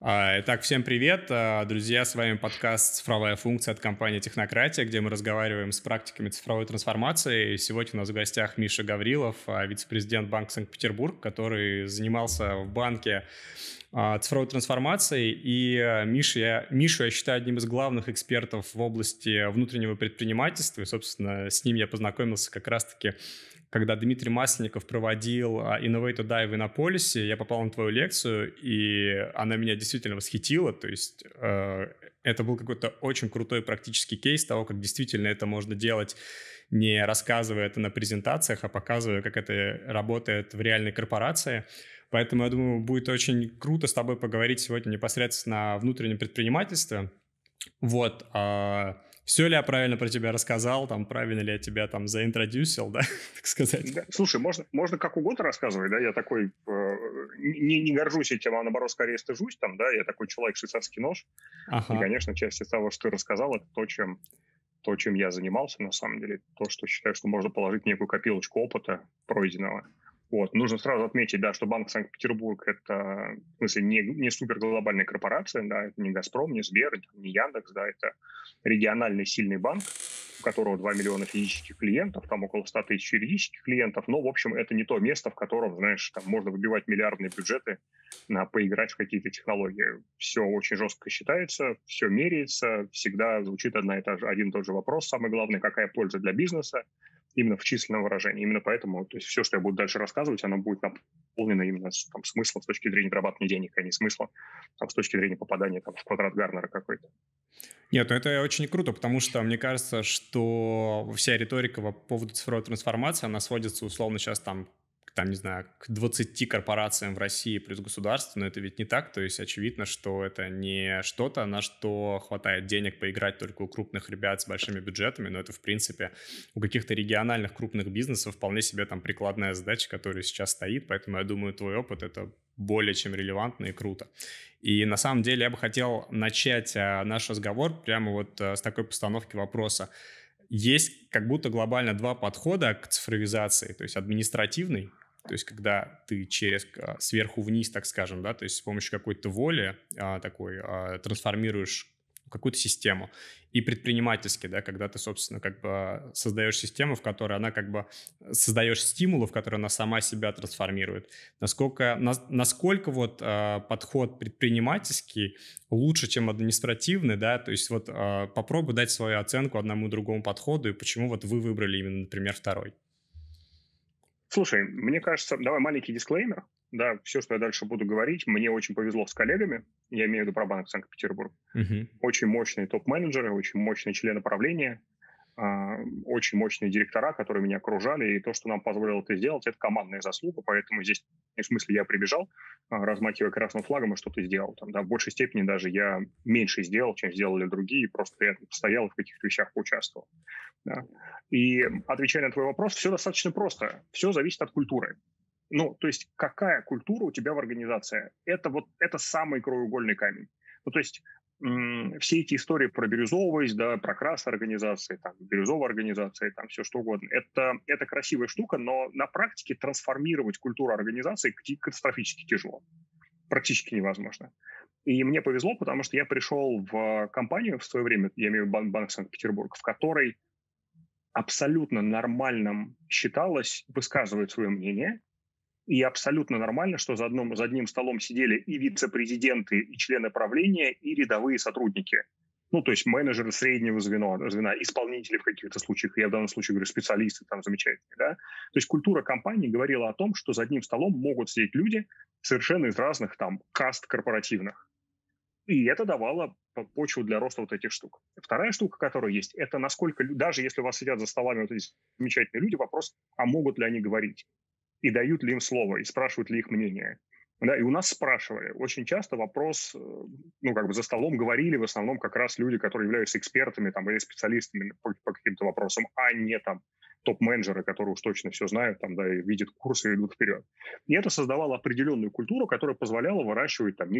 Итак, всем привет, друзья, с вами подкаст «Цифровая функция» от компании «Технократия», где мы разговариваем с практиками цифровой трансформации. Сегодня у нас в гостях Миша Гаврилов, вице-президент Банка Санкт-Петербург, который занимался в банке цифровой трансформацией. И Мишу я считаю одним из главных экспертов в области внутреннего предпринимательства. И, собственно, с ним я познакомился как раз-таки, когда Дмитрий Масленников проводил Innovate to Die в Иннополисе. Я попал на твою лекцию, и она меня действительно восхитила. То есть это был какой-то очень крутой практический кейс того, как действительно это можно делать, не рассказывая это на презентациях, а показывая, как это работает в реальной корпорации. Поэтому, я думаю, будет очень круто с тобой поговорить сегодня непосредственно о внутреннем предпринимательстве. Вот. Все ли я правильно про тебя рассказал, там, правильно ли я тебя там заинтродюсил, да, так сказать? Да. Слушай, можно как угодно рассказывать, да, я такой не горжусь этим, а наоборот скорее стыжусь, там, да, я такой человек швейцарский нож, и, Ага. конечно, часть из того, что ты рассказал, это то, чем я занимался, на самом деле, то, что считаю, что можно положить в некую копилочку опыта пройденного. Вот. Нужно сразу отметить, да, что Банк Санкт-Петербург – это, в смысле, не суперглобальная корпорация, да, это не «Газпром», не Сбер, не Яндекс, да, это региональный сильный банк, у которого 2 миллиона физических клиентов, там около 100 тысяч юридических клиентов, но, в общем, это не то место, в котором, знаешь, там можно выбивать миллиардные бюджеты на поиграть в какие-то технологии. Все очень жестко считается, все меряется, всегда звучит один и тот же вопрос, самый главный, какая польза для бизнеса, именно в численном выражении. Именно поэтому, то есть все, что я буду дальше рассказывать, оно будет наполнено именно там, смыслом с точки зрения зарабатывания денег, а не смыслом там, с точки зрения попадания там, в квадрат Гарнера какой-то. Нет, ну это очень круто, потому что мне кажется, что вся риторика по поводу цифровой трансформации, она сводится условно сейчас там, не знаю, к 20 корпорациям в России плюс государство, но это ведь не так, то есть очевидно, что это не что-то, на что хватает денег поиграть только у крупных ребят с большими бюджетами, но это, в принципе, у каких-то региональных крупных бизнесов вполне себе там прикладная задача, которая сейчас стоит, поэтому я думаю, твой опыт — это более чем релевантно и круто. И на самом деле я бы хотел начать наш разговор прямо вот с такой постановки вопроса. Есть как будто глобально два подхода к цифровизации, то есть административный, то есть когда ты сверху вниз, так скажем, да, то есть с помощью какой-то воли трансформируешь какую-то систему, и предпринимательский, да, когда ты, собственно, как бы создаешь систему, в которой она как бы создаешь стимулы, в которой она сама себя трансформирует. Насколько вот подход предпринимательский лучше, чем административный, да, то есть вот попробуй дать свою оценку одному другому подходу, и почему вот вы выбрали именно, например, второй. Слушай, мне кажется, давай маленький дисклеймер. Да, все, что я дальше буду говорить, мне очень повезло с коллегами. Я имею в виду про Банк Санкт-Петербург. Мгм. Очень мощные топ-менеджеры, очень мощные члены правления, очень мощные директора, которые меня окружали. И то, что нам позволило это сделать, это командная заслуга. Поэтому здесь, в смысле, я прибежал, размахивая красным флагом, и что-то сделал. Там, да, в большей степени даже я меньше сделал, чем сделали другие. Просто я постоял и в каких-то вещах поучаствовал. Да. И отвечая на твой вопрос, все достаточно просто. Все зависит от культуры. Ну, то есть какая культура у тебя в организации? Это самый краеугольный камень. Ну, то есть все эти истории про бирюзовость, да, про красные организации, там, бирюзовые организации, там, все что угодно, это красивая штука, но на практике трансформировать культуру организации катастрофически тяжело. Практически невозможно. И мне повезло, потому что я пришел в компанию в свое время, я имею в виду Банк Санкт-Петербург, в которой абсолютно нормальным считалось высказывать свое мнение, и абсолютно нормально, что за одним столом сидели и вице-президенты, и члены правления, и рядовые сотрудники. Ну, то есть менеджеры среднего звена, исполнители в каких-то случаях, я в данном случае говорю специалисты там замечательные, да. То есть культура компании говорила о том, что за одним столом могут сидеть люди совершенно из разных там каст корпоративных. И это давало почву для роста вот этих штук. Вторая штука, которая есть, это насколько, даже если у вас сидят за столами вот эти замечательные люди, вопрос, а могут ли они говорить? И дают ли им слово, и спрашивают ли их мнение. Да, и у нас спрашивали. Очень часто вопрос, ну, как бы за столом говорили в основном как раз люди, которые являются экспертами там, или специалистами по каким-то вопросам, а не там топ-менеджеры, которые уж точно все знают, там, да, и видят курсы и идут вперед. И это создавало определенную культуру, которая позволяла выращивать там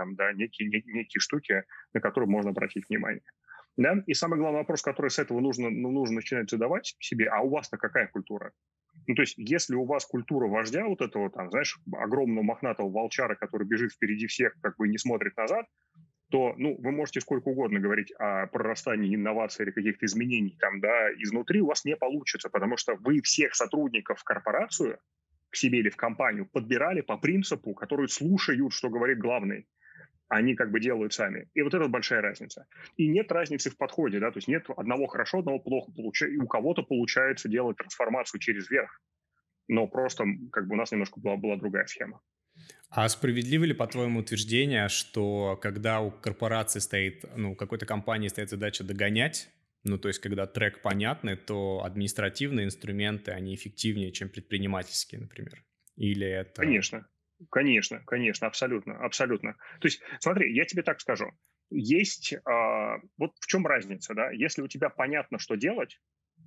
некие штуки, на которые можно обратить внимание. Да? И самый главный вопрос, который с этого нужно начинать задавать себе, а у вас-то какая культура? Ну, то есть, если у вас культура вождя вот этого, там, знаешь, огромного мохнатого волчара, который бежит впереди всех, как бы не смотрит назад, то, ну, вы можете сколько угодно говорить о прорастании инноваций или каких-то изменений там, да, изнутри у вас не получится, потому что вы всех сотрудников в корпорацию, к себе или в компанию, подбирали по принципу, который слушают, что говорит главный. Они как бы делают сами. И вот это большая разница. И нет разницы в подходе, да, то есть нет одного хорошо, одного плохо. И у кого-то получается делать трансформацию через верх, но просто как бы у нас немножко была другая схема. А справедливо ли, по-твоему, утверждение, что когда у корпорации стоит, ну, у какой-то компании стоит задача догонять, ну, то есть когда трек понятный, то административные инструменты, они эффективнее, чем предпринимательские, например? Или это... Конечно, конечно, конечно, абсолютно, абсолютно. То есть, смотри, я тебе так скажу. Есть, вот в чем разница, да? Если у тебя понятно, что делать,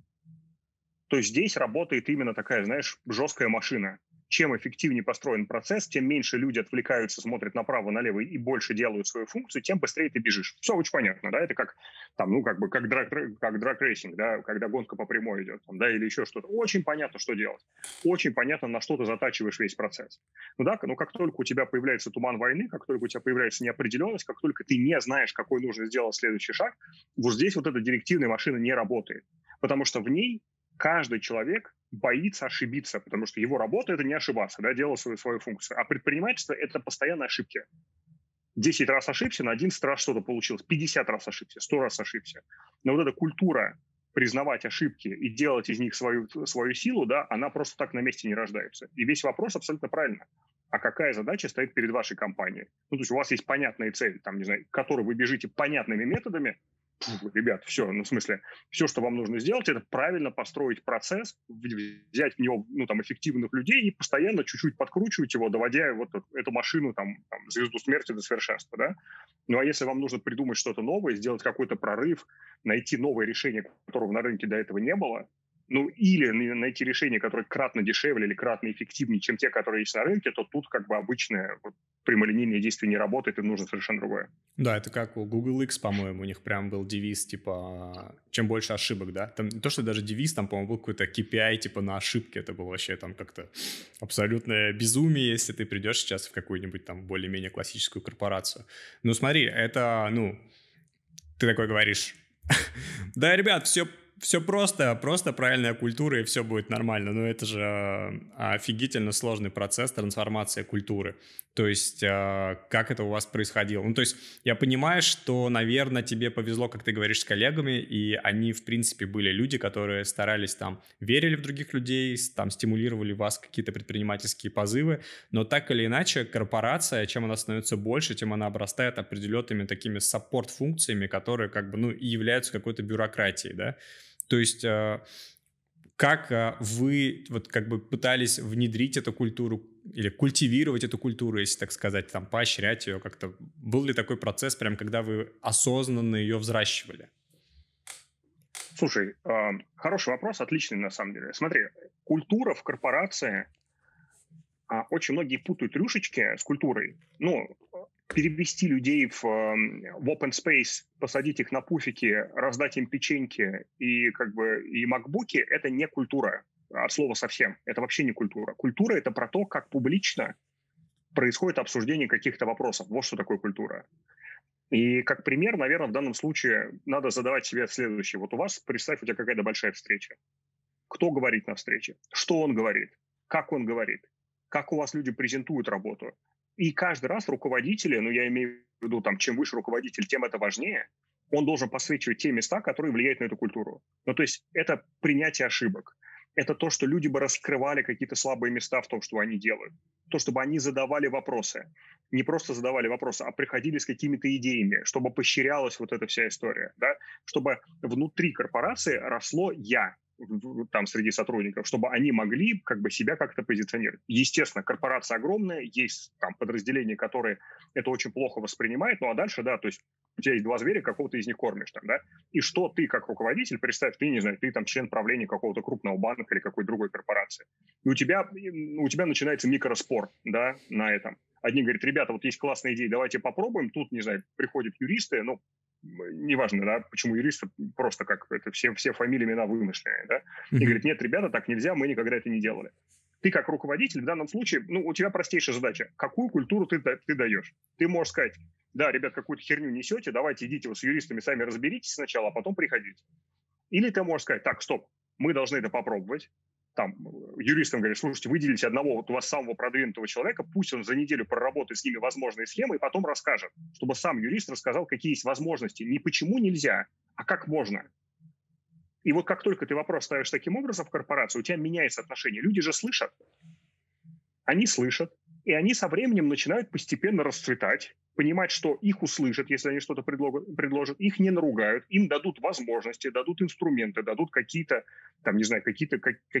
то здесь работает именно такая, знаешь, жесткая машина. Чем эффективнее построен процесс, тем меньше люди отвлекаются, смотрят направо, налево и больше делают свою функцию, тем быстрее ты бежишь. Все очень понятно, да, это как, там, ну, как бы, как драг-рейсинг, да, когда гонка по прямой идет, там, да, или еще что-то. Очень понятно, что делать. Очень понятно, на что ты затачиваешь весь процесс. Ну да, но как только у тебя появляется туман войны, как только у тебя появляется неопределенность, как только ты не знаешь, какой нужно сделать следующий шаг, вот здесь вот эта директивная машина не работает. Потому что в ней каждый человек боится ошибиться, потому что его работа – это не ошибаться, да, делать свою функцию. А предпринимательство – это постоянные ошибки. 10 раз ошибся, на 11 раз что-то получилось, 50 раз ошибся, 100 раз ошибся. Но вот эта культура признавать ошибки и делать из них свою силу, да, она просто так на месте не рождается. И весь вопрос абсолютно правильно. А какая задача стоит перед вашей компанией? Ну, то есть у вас есть понятная цель, там, не знаю, к которой вы бежите понятными методами. Ребят, все, ну, в смысле, все, что вам нужно сделать, это правильно построить процесс, взять в него, ну, там, эффективных людей и постоянно чуть-чуть подкручивать его, доводя вот эту машину, там, звезду смерти до совершенства, да. Ну, а если вам нужно придумать что-то новое, сделать какой-то прорыв, найти новое решение, которого на рынке до этого не было, ну, или найти решение, которое кратно дешевле или кратно эффективнее, чем те, которые есть на рынке, то тут как бы обычное вот, прямолинейное действие не работает, и нужно совершенно другое. Да, это как у Google X, по-моему, у них прям был девиз, типа, чем больше ошибок, да? Там не то, что даже девиз, там, по-моему, был какой-то KPI, типа, на ошибки. Это было вообще там как-то абсолютное безумие, если ты придешь сейчас в какую-нибудь там более-менее классическую корпорацию. Ну, смотри, это, ну, ты такой говоришь, да, ребят, все просто правильная культура, и все будет нормально. Но это же офигительно сложный процесс трансформации культуры. То есть, как это у вас происходило? Ну, то есть, я понимаю, что, наверное, тебе повезло, как ты говоришь, с коллегами, и они, в принципе, были люди, которые старались там, верили в других людей, там, стимулировали в вас какие-то предпринимательские позывы, но так или иначе, корпорация, чем она становится больше, тем она обрастает определенными такими саппорт-функциями, которые, как бы, ну, и являются какой-то бюрократией, да? То есть как вы вот как бы пытались внедрить эту культуру или культивировать эту культуру, если так сказать, там, поощрять ее как-то? Был ли такой процесс, прям когда вы осознанно ее взращивали? Слушай, хороший вопрос, отличный на самом деле. Смотри, культура в корпорации, очень многие путают рюшечки с культурой. Ну, перевести людей в open space, посадить их на пуфики, раздать им печеньки и как бы и макбуки – это не культура от слова совсем. Это вообще не культура. Культура – это про то, как публично происходит обсуждение каких-то вопросов. Вот что такое культура. И как пример, наверное, в данном случае надо задавать себе следующее. Вот у вас, представь, у тебя какая-то большая встреча. Кто говорит на встрече? Что он говорит? Как он говорит? Как у вас люди презентуют работу? И каждый раз руководители, ну я имею в виду, там, чем выше руководитель, тем это важнее, он должен подсвечивать те места, которые влияют на эту культуру. Ну то есть это принятие ошибок. Это то, что люди бы раскрывали какие-то слабые места в том, что они делают. То, чтобы они задавали вопросы. Не просто задавали вопросы, а приходили с какими-то идеями, чтобы поощрялась вот эта вся история. Да? Чтобы внутри корпорации росло «я», там среди сотрудников, чтобы они могли как бы себя как-то позиционировать. Естественно, корпорация огромная, есть там подразделения, которые это очень плохо воспринимают, ну а дальше, да, то есть у тебя есть два зверя, какого-то из них кормишь там, да, и что ты как руководитель, представь, ты, не знаю, ты там член правления какого-то крупного банка или какой-то другой корпорации, и у тебя начинается микроспор, да, на этом. Одни говорят, ребята, вот есть классная идея, давайте попробуем, тут, не знаю, приходят юристы, ну, неважно, да, почему юристы, просто как это все фамилии, имена вымышленные, да, и говорит, нет, ребята, так нельзя, мы никогда это не делали. Ты как руководитель в данном случае, ну, у тебя простейшая задача, какую культуру ты даешь. Ты можешь сказать, да, ребят, какую-то херню несете, давайте идите вы с юристами, сами разберитесь сначала, а потом приходите. Или ты можешь сказать, так, стоп, мы должны это попробовать. Там юристам говорят, слушайте, выделите одного вот у вас самого продвинутого человека, пусть он за неделю проработает с ними возможные схемы и потом расскажет, чтобы сам юрист рассказал, какие есть возможности. Не почему нельзя, а как можно. И вот как только ты вопрос ставишь таким образом в корпорацию, у тебя меняется отношение. Люди же слышат. Они слышат, и они со временем начинают постепенно расцветать, понимать, что их услышат, если они что-то предложат, их не наругают, им дадут возможности, дадут инструменты, дадут какие-то, там, не знаю, какие-то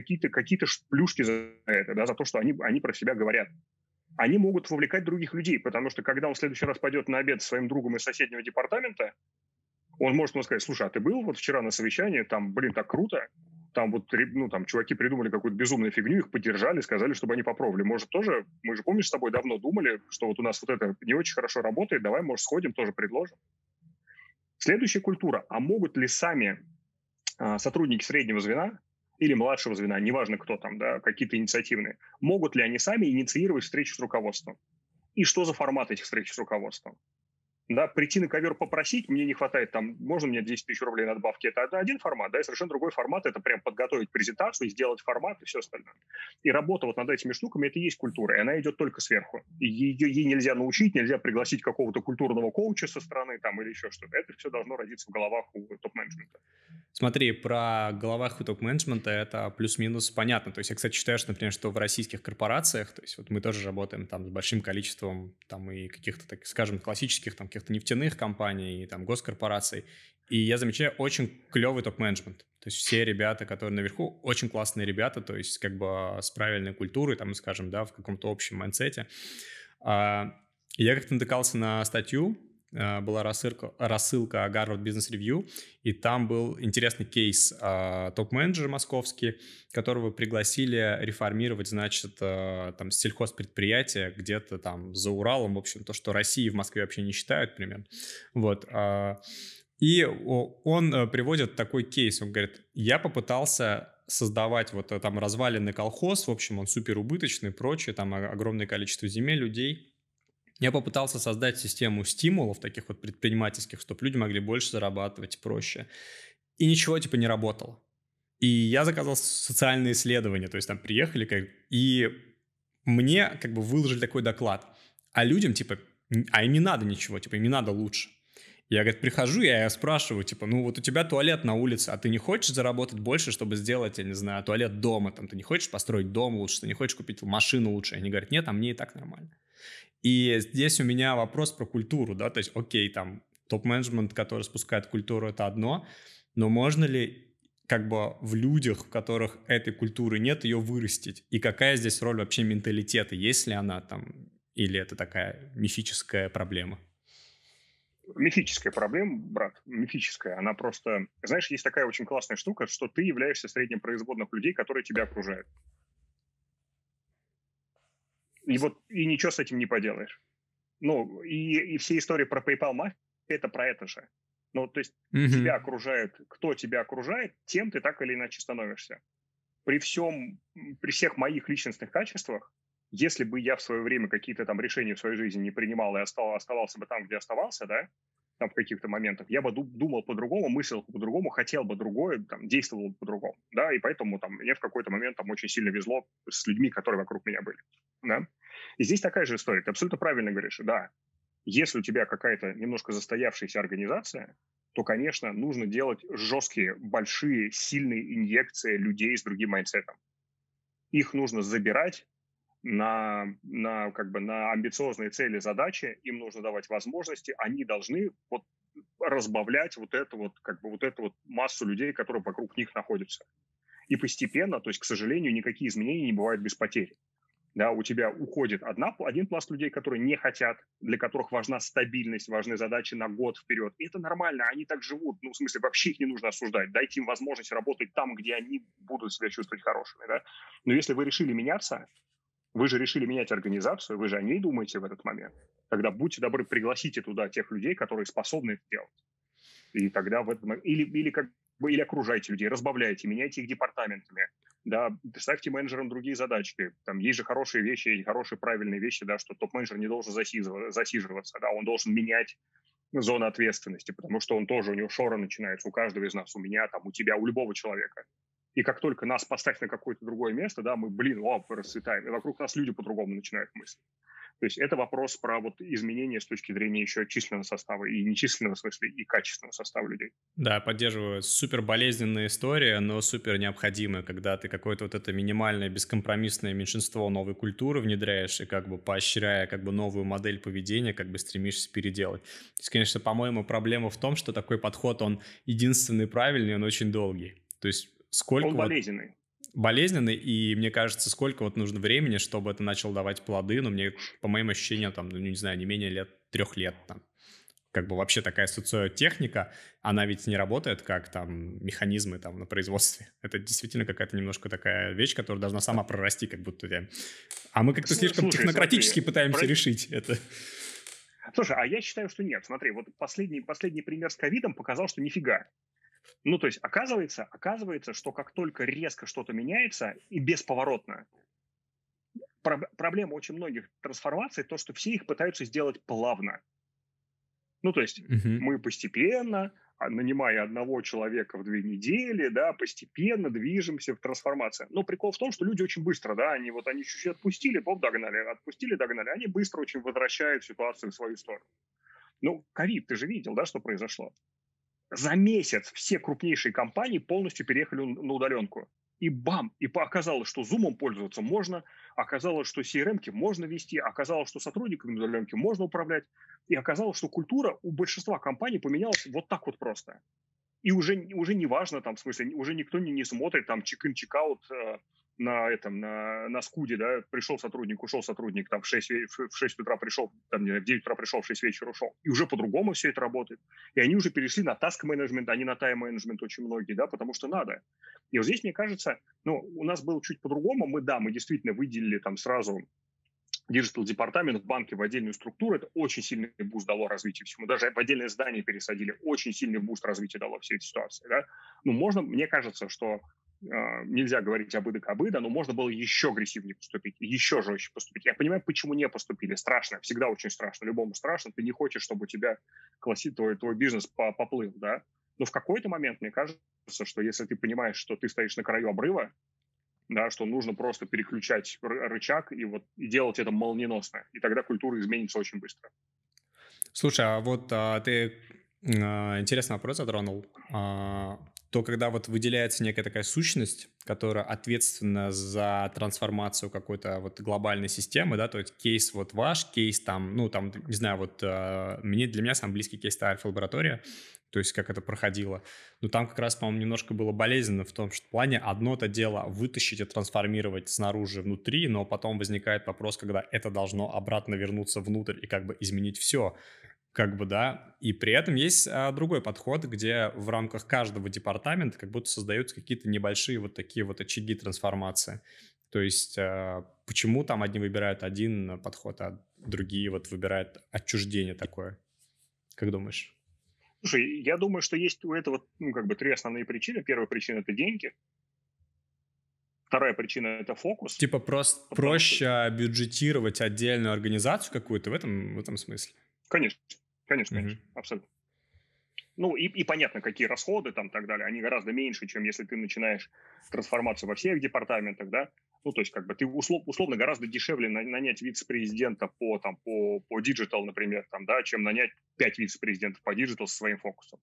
плюшки за это, да, за то, что они про себя говорят. Они могут вовлекать других людей, потому что когда он в следующий раз пойдет на обед с своим другом из соседнего департамента, он может ему сказать, слушай, а ты был вот вчера на совещании, там, блин, так круто, там вот, ну, там, чуваки придумали какую-то безумную фигню, их поддержали, сказали, чтобы они попробовали. Может, тоже, мы же, помнишь, с тобой давно думали, что вот у нас вот это не очень хорошо работает, давай, может, сходим, тоже предложим. Следующая культура. А могут ли сами сотрудники среднего звена или младшего звена, неважно кто там, да, какие-то инициативные, могут ли они сами инициировать встречу с руководством? И что за формат этих встреч с руководством? Да, прийти на ковер попросить, мне не хватает, там, можно мне 10 тысяч рублей надбавки, это один формат, да, и совершенно другой формат, это прям подготовить презентацию, сделать формат и все остальное. И работа вот над этими штуками, это и есть культура, и она идет только сверху. Ей нельзя научить, нельзя пригласить какого-то культурного коуча со стороны там или еще что-то. Это все должно родиться в головах у топ-менеджмента. Смотри, про головах и топ-менеджмента это плюс-минус понятно. То есть я, кстати, считаю, что, например, что в российских корпорациях, то есть вот мы тоже работаем там с большим количеством там и каких-то, так скажем, классических там каких-то нефтяных компаний, и, там госкорпораций, и я замечаю очень клевый топ-менеджмент. То есть все ребята, которые наверху, очень классные ребята, то есть как бы с правильной культурой, там, скажем, да, в каком-то общем майндсете. Я как-то натыкался на статью, была рассылка Harvard Business Review, и там был интересный кейс топ-менеджера московский, которого пригласили реформировать, значит, там сельхозпредприятие где-то там за Уралом, в общем, то, что России в Москве вообще не считают примерно. Вот. И он приводит такой кейс, он говорит, я попытался создавать вот там разваленный колхоз, в общем, он супер убыточный, прочее, там огромное количество земель, людей. Я попытался создать систему стимулов таких вот предпринимательских, чтобы люди могли больше зарабатывать, проще. И ничего типа не работало. И я заказал социальные исследования, то есть там приехали, и мне как бы выложили такой доклад. А людям типа, а им не надо ничего, типа им не надо лучше. Я, говорит, прихожу, я спрашиваю, типа, ну вот у тебя туалет на улице, а ты не хочешь заработать больше, чтобы сделать, я не знаю, туалет дома, там, ты не хочешь построить дом лучше, ты не хочешь купить машину лучше? Они говорят, нет, а мне и так нормально. И здесь у меня вопрос про культуру, да, то есть, окей, там, топ-менеджмент, который спускает культуру, это одно, но можно ли как бы в людях, в которых этой культуры нет, ее вырастить? И какая здесь роль вообще менталитета? Есть ли она там, или это такая мифическая проблема? Мифическая проблема, брат, мифическая. Она просто... Знаешь, есть такая очень классная штука, что ты являешься средним производных людей, которые тебя окружают. И вот и ничего с этим не поделаешь. Ну, и все истории про PayPal Mafia – это про это же. Ну, то есть тебя окружает, кто тебя окружает, тем ты так или иначе становишься. При всех моих личностных качествах, если бы я в свое время какие-то там решения в своей жизни не принимал и оставался бы там, где оставался, да, там в каких-то моментах, я бы думал по-другому, мыслил по-другому, хотел бы другое, там, действовал бы по-другому, да, и поэтому там мне в какой-то момент там очень сильно везло с людьми, которые вокруг меня были, да. И здесь такая же история, ты абсолютно правильно говоришь, да, если у тебя какая-то немножко застоявшаяся организация, то, конечно, нужно делать жесткие, большие, сильные инъекции людей с другим майндсетом. Их нужно забирать как бы на амбициозные цели, задачи, им нужно давать возможности, они должны вот разбавлять вот эту вот массу людей, которые вокруг них находятся. И постепенно, то есть, к сожалению, никакие изменения не бывают без потерь. Да, у тебя уходит один пласт людей, которые не хотят, для которых важна стабильность, важны задачи на год вперед. И это нормально, они так живут. Ну, в смысле, вообще их не нужно осуждать. Дайте им возможность работать там, где они будут себя чувствовать хорошими. Да? Но если вы решили меняться, вы же решили менять организацию, вы же о ней думаете в этот момент. Тогда будьте добры, пригласите туда тех людей, которые способны это делать. И тогда в этом... Или как бы или окружайте людей, разбавляйте, меняйте их департаментами, да, ставьте менеджерам другие задачки. Там есть же хорошие вещи, и хорошие правильные вещи, да, что топ-менеджер не должен засиживаться, да, он должен менять зону ответственности, потому что он тоже, у него шора начинается, у каждого из нас, у меня, там, у тебя, у любого человека. И как только нас поставь на какое-то другое место, да, мы, расцветаем, и вокруг нас люди по-другому начинают мыслить. То есть это вопрос про вот изменение с точки зрения еще численного состава, и нечисленного, в смысле, и качественного состава людей. Да, поддерживаю. Супер болезненная история, но супер необходимая, когда ты какое-то вот это минимальное бескомпромиссное меньшинство новой культуры внедряешь и как бы поощряя как бы новую модель поведения, как бы стремишься переделать. То есть, конечно, по-моему, проблема в том, что такой подход, он единственный правильный, он очень долгий. То есть сколько Он болезненный. Болезненный, и мне кажется, сколько вот нужно времени, чтобы это начало давать плоды, но мне, по моим ощущениям, там, ну, не знаю, не менее 3 лет там. Как бы вообще такая социотехника, она ведь не работает как там механизмы там на производстве. Это действительно какая-то немножко такая вещь, которая должна сама прорасти, как будто... А мы как-то слишком технократически пытаемся решить это. Слушай, а я считаю, что нет. Смотри, вот последний пример с ковидом показал, что нифига. Ну, то есть оказывается, что как только резко что-то меняется и бесповоротно, проблема очень многих трансформаций то, что все их пытаются сделать плавно. Ну, то есть мы постепенно, нанимая одного человека в 2 недели, да, постепенно движемся в трансформацию. Но прикол в том, что люди очень быстро, да, они чуть-чуть отпустили, догнали, они быстро очень возвращают ситуацию в свою сторону. Ну, ковид, ты же видел, да, что произошло? За месяц все крупнейшие компании полностью переехали на удаленку. И бам! И оказалось, что Zoom пользоваться можно, оказалось, что CRM-ки можно вести, оказалось, что сотрудниками на удаленке можно управлять, и оказалось, что культура у большинства компаний поменялась вот так вот просто. И уже не важно, там, в смысле, уже никто не смотрит, там, чек-ин, чек-аут на скуде, да, пришел сотрудник, ушел сотрудник, там, в 6 утра пришел, там, в 9 утра пришел, в 6 вечера ушел. И уже по-другому все это работает. И они уже перешли на task-менеджмент, а не на time-менеджмент очень многие, да, потому что надо. И вот здесь, мне кажется, ну, у нас было чуть по-другому. Мы действительно выделили там сразу диджитал-департамент в банке в отдельную структуру. Это очень сильный буст дало развитию всему. Даже в отдельное здание пересадили. Очень сильный буст развития дало всей этой ситуации. Да? Ну, мне кажется, что нельзя говорить об обыда, но можно было еще агрессивнее поступить, еще жестче поступить. Я понимаю, почему не поступили. Страшно, всегда очень страшно. Любому страшно. Ты не хочешь, чтобы у тебя твой бизнес поплыл, да? Но в какой-то момент, мне кажется, что если ты понимаешь, что ты стоишь на краю обрыва, да, что нужно просто переключать рычаг и делать это молниеносно. И тогда культура изменится очень быстро. Слушай, а вот ты интересный вопрос затронул. То, когда вот выделяется некая такая сущность, которая ответственна за трансформацию какой-то вот глобальной системы, да, то есть кейс вот ваш, кейс там, ну, там, не знаю, вот для меня самый близкий кейс — это Альфа-лаборатория, то есть как это проходило. Но там как раз, по-моему, немножко было болезненно в том, что в плане одно-то дело вытащить и трансформировать снаружи внутри, но потом возникает вопрос, когда это должно обратно вернуться внутрь и как бы изменить все. Как бы, да, и при этом есть другой подход, где в рамках каждого департамента как будто создаются какие-то небольшие вот такие вот очаги трансформации. То есть почему там одни выбирают один подход, а другие вот выбирают отчуждение такое? Как думаешь? Слушай, я думаю, что есть у этого, ну, как бы 3 основные причины. Первая причина – это деньги. Вторая причина – это фокус. Типа просто проще бюджетировать отдельную организацию какую-то в этом смысле? Конечно, абсолютно. Ну, и понятно, какие расходы там и так далее, они гораздо меньше, чем если ты начинаешь трансформацию во всех департаментах, да. Ну, то есть, как бы ты условно гораздо дешевле нанять вице-президента по диджитал, например, там, да, чем нанять 5 вице-президентов по диджитал со своим фокусом.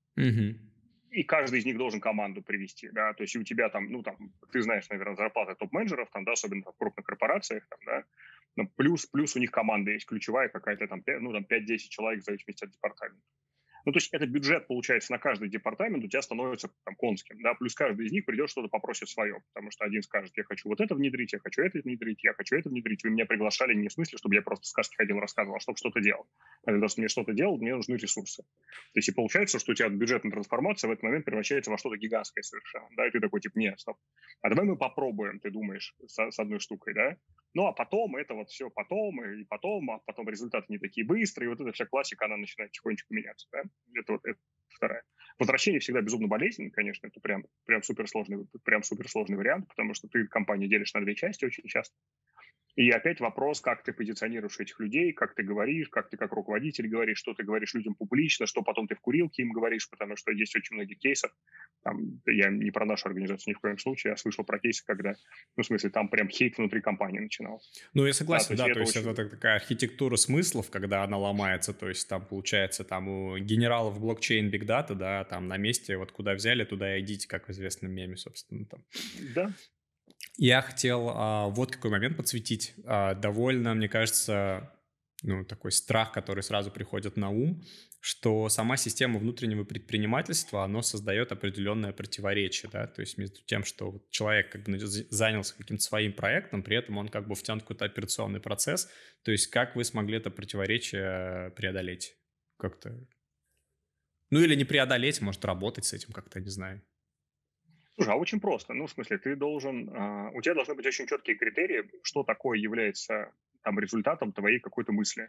И каждый из них должен команду привести, да, то есть у тебя там, ну, там, ты знаешь, наверное, зарплаты топ-менеджеров, там, да, особенно в крупных корпорациях, там, да, но плюс у них команда есть ключевая какая-то там, 5-10 человек в зависимости от департамента. Ну, то есть это бюджет, получается, на каждый департамент у тебя становится там конским, да, плюс каждый из них придет что-то попросит свое, потому что один скажет, я хочу вот это внедрить, я хочу это внедрить, я хочу это внедрить. Вы меня приглашали не в смысле, чтобы я просто сказки ходил, рассказывал, а чтобы что-то делал. А когда мне что-то делал, мне нужны ресурсы. То есть и получается, что у тебя бюджетная трансформация в этот момент превращается во что-то гигантское совершенно, да, и ты такой, типа, нет, стоп. А давай мы попробуем, ты думаешь, с одной штукой, да, Ну, а потом это вот все потом, а потом результаты не такие быстрые, и вот эта вся классика, она начинает тихонечко меняться, да? Это вторая. Возвращение всегда безумно болезненно, конечно, это прям суперсложный вариант, потому что ты компанию делишь на две части очень часто. И опять вопрос, как ты позиционируешь этих людей, как ты говоришь, как ты как руководитель говоришь, что ты говоришь людям публично, что потом ты в курилке им говоришь, потому что есть очень многие кейсов. Там, я не про нашу организацию ни в коем случае, я слышал про кейсы, когда, ну, в смысле, там прям хейт внутри компании начинался. Ну, я согласен, Да, то есть очень... это такая архитектура смыслов, когда она ломается, то есть там получается там у генералов блокчейн, биг дата, да, там на месте вот куда взяли, туда и идите, как в известном меме, собственно, там. Да. Я хотел вот какой момент подсветить. Довольно, мне кажется, ну, такой страх, который сразу приходит на ум, что сама система внутреннего предпринимательства, она создает определенное противоречие, да, то есть между тем, что вот человек как бы занялся каким-то своим проектом, при этом он как бы втянут в какой-то операционный процесс, то есть как вы смогли это противоречие преодолеть как-то? Ну, или не преодолеть, может, работать с этим как-то, не знаю. Слушай, а очень просто. Ну, в смысле, у тебя должны быть очень четкие критерии, что такое является там результатом твоей какой-то мысли.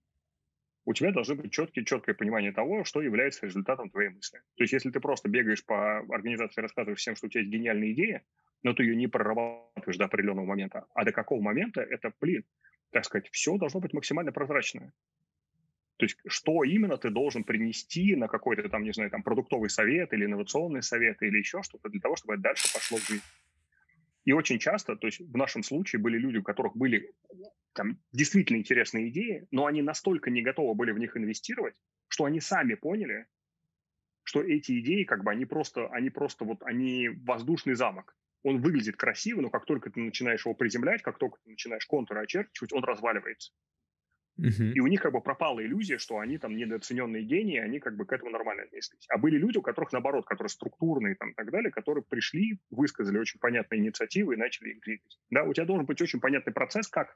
У тебя должно быть четкое понимание того, что является результатом твоей мысли. То есть, если ты просто бегаешь по организации, рассказываешь всем, что у тебя есть гениальная идея, но ты ее не прорабатываешь до определенного момента, а до какого момента это, так сказать, все должно быть максимально прозрачно. То есть, что именно ты должен принести на какой-то там, не знаю, там, продуктовый совет или инновационный совет или еще что-то для того, чтобы это дальше пошло в жизнь. И очень часто, то есть в нашем случае были люди, у которых были там действительно интересные идеи, но они настолько не готовы были в них инвестировать, что они сами поняли, что эти идеи, как бы, они воздушный замок. Он выглядит красиво, но как только ты начинаешь его приземлять, как только ты начинаешь контуры очерчивать, он разваливается. И у них как бы пропала иллюзия, что они там недооцененные гении, они как бы к этому нормально отнеслись. А были люди, у которых наоборот, которые структурные там и так далее, которые пришли, высказали очень понятные инициативы и начали их двигать. Да, у тебя должен быть очень понятный процесс, как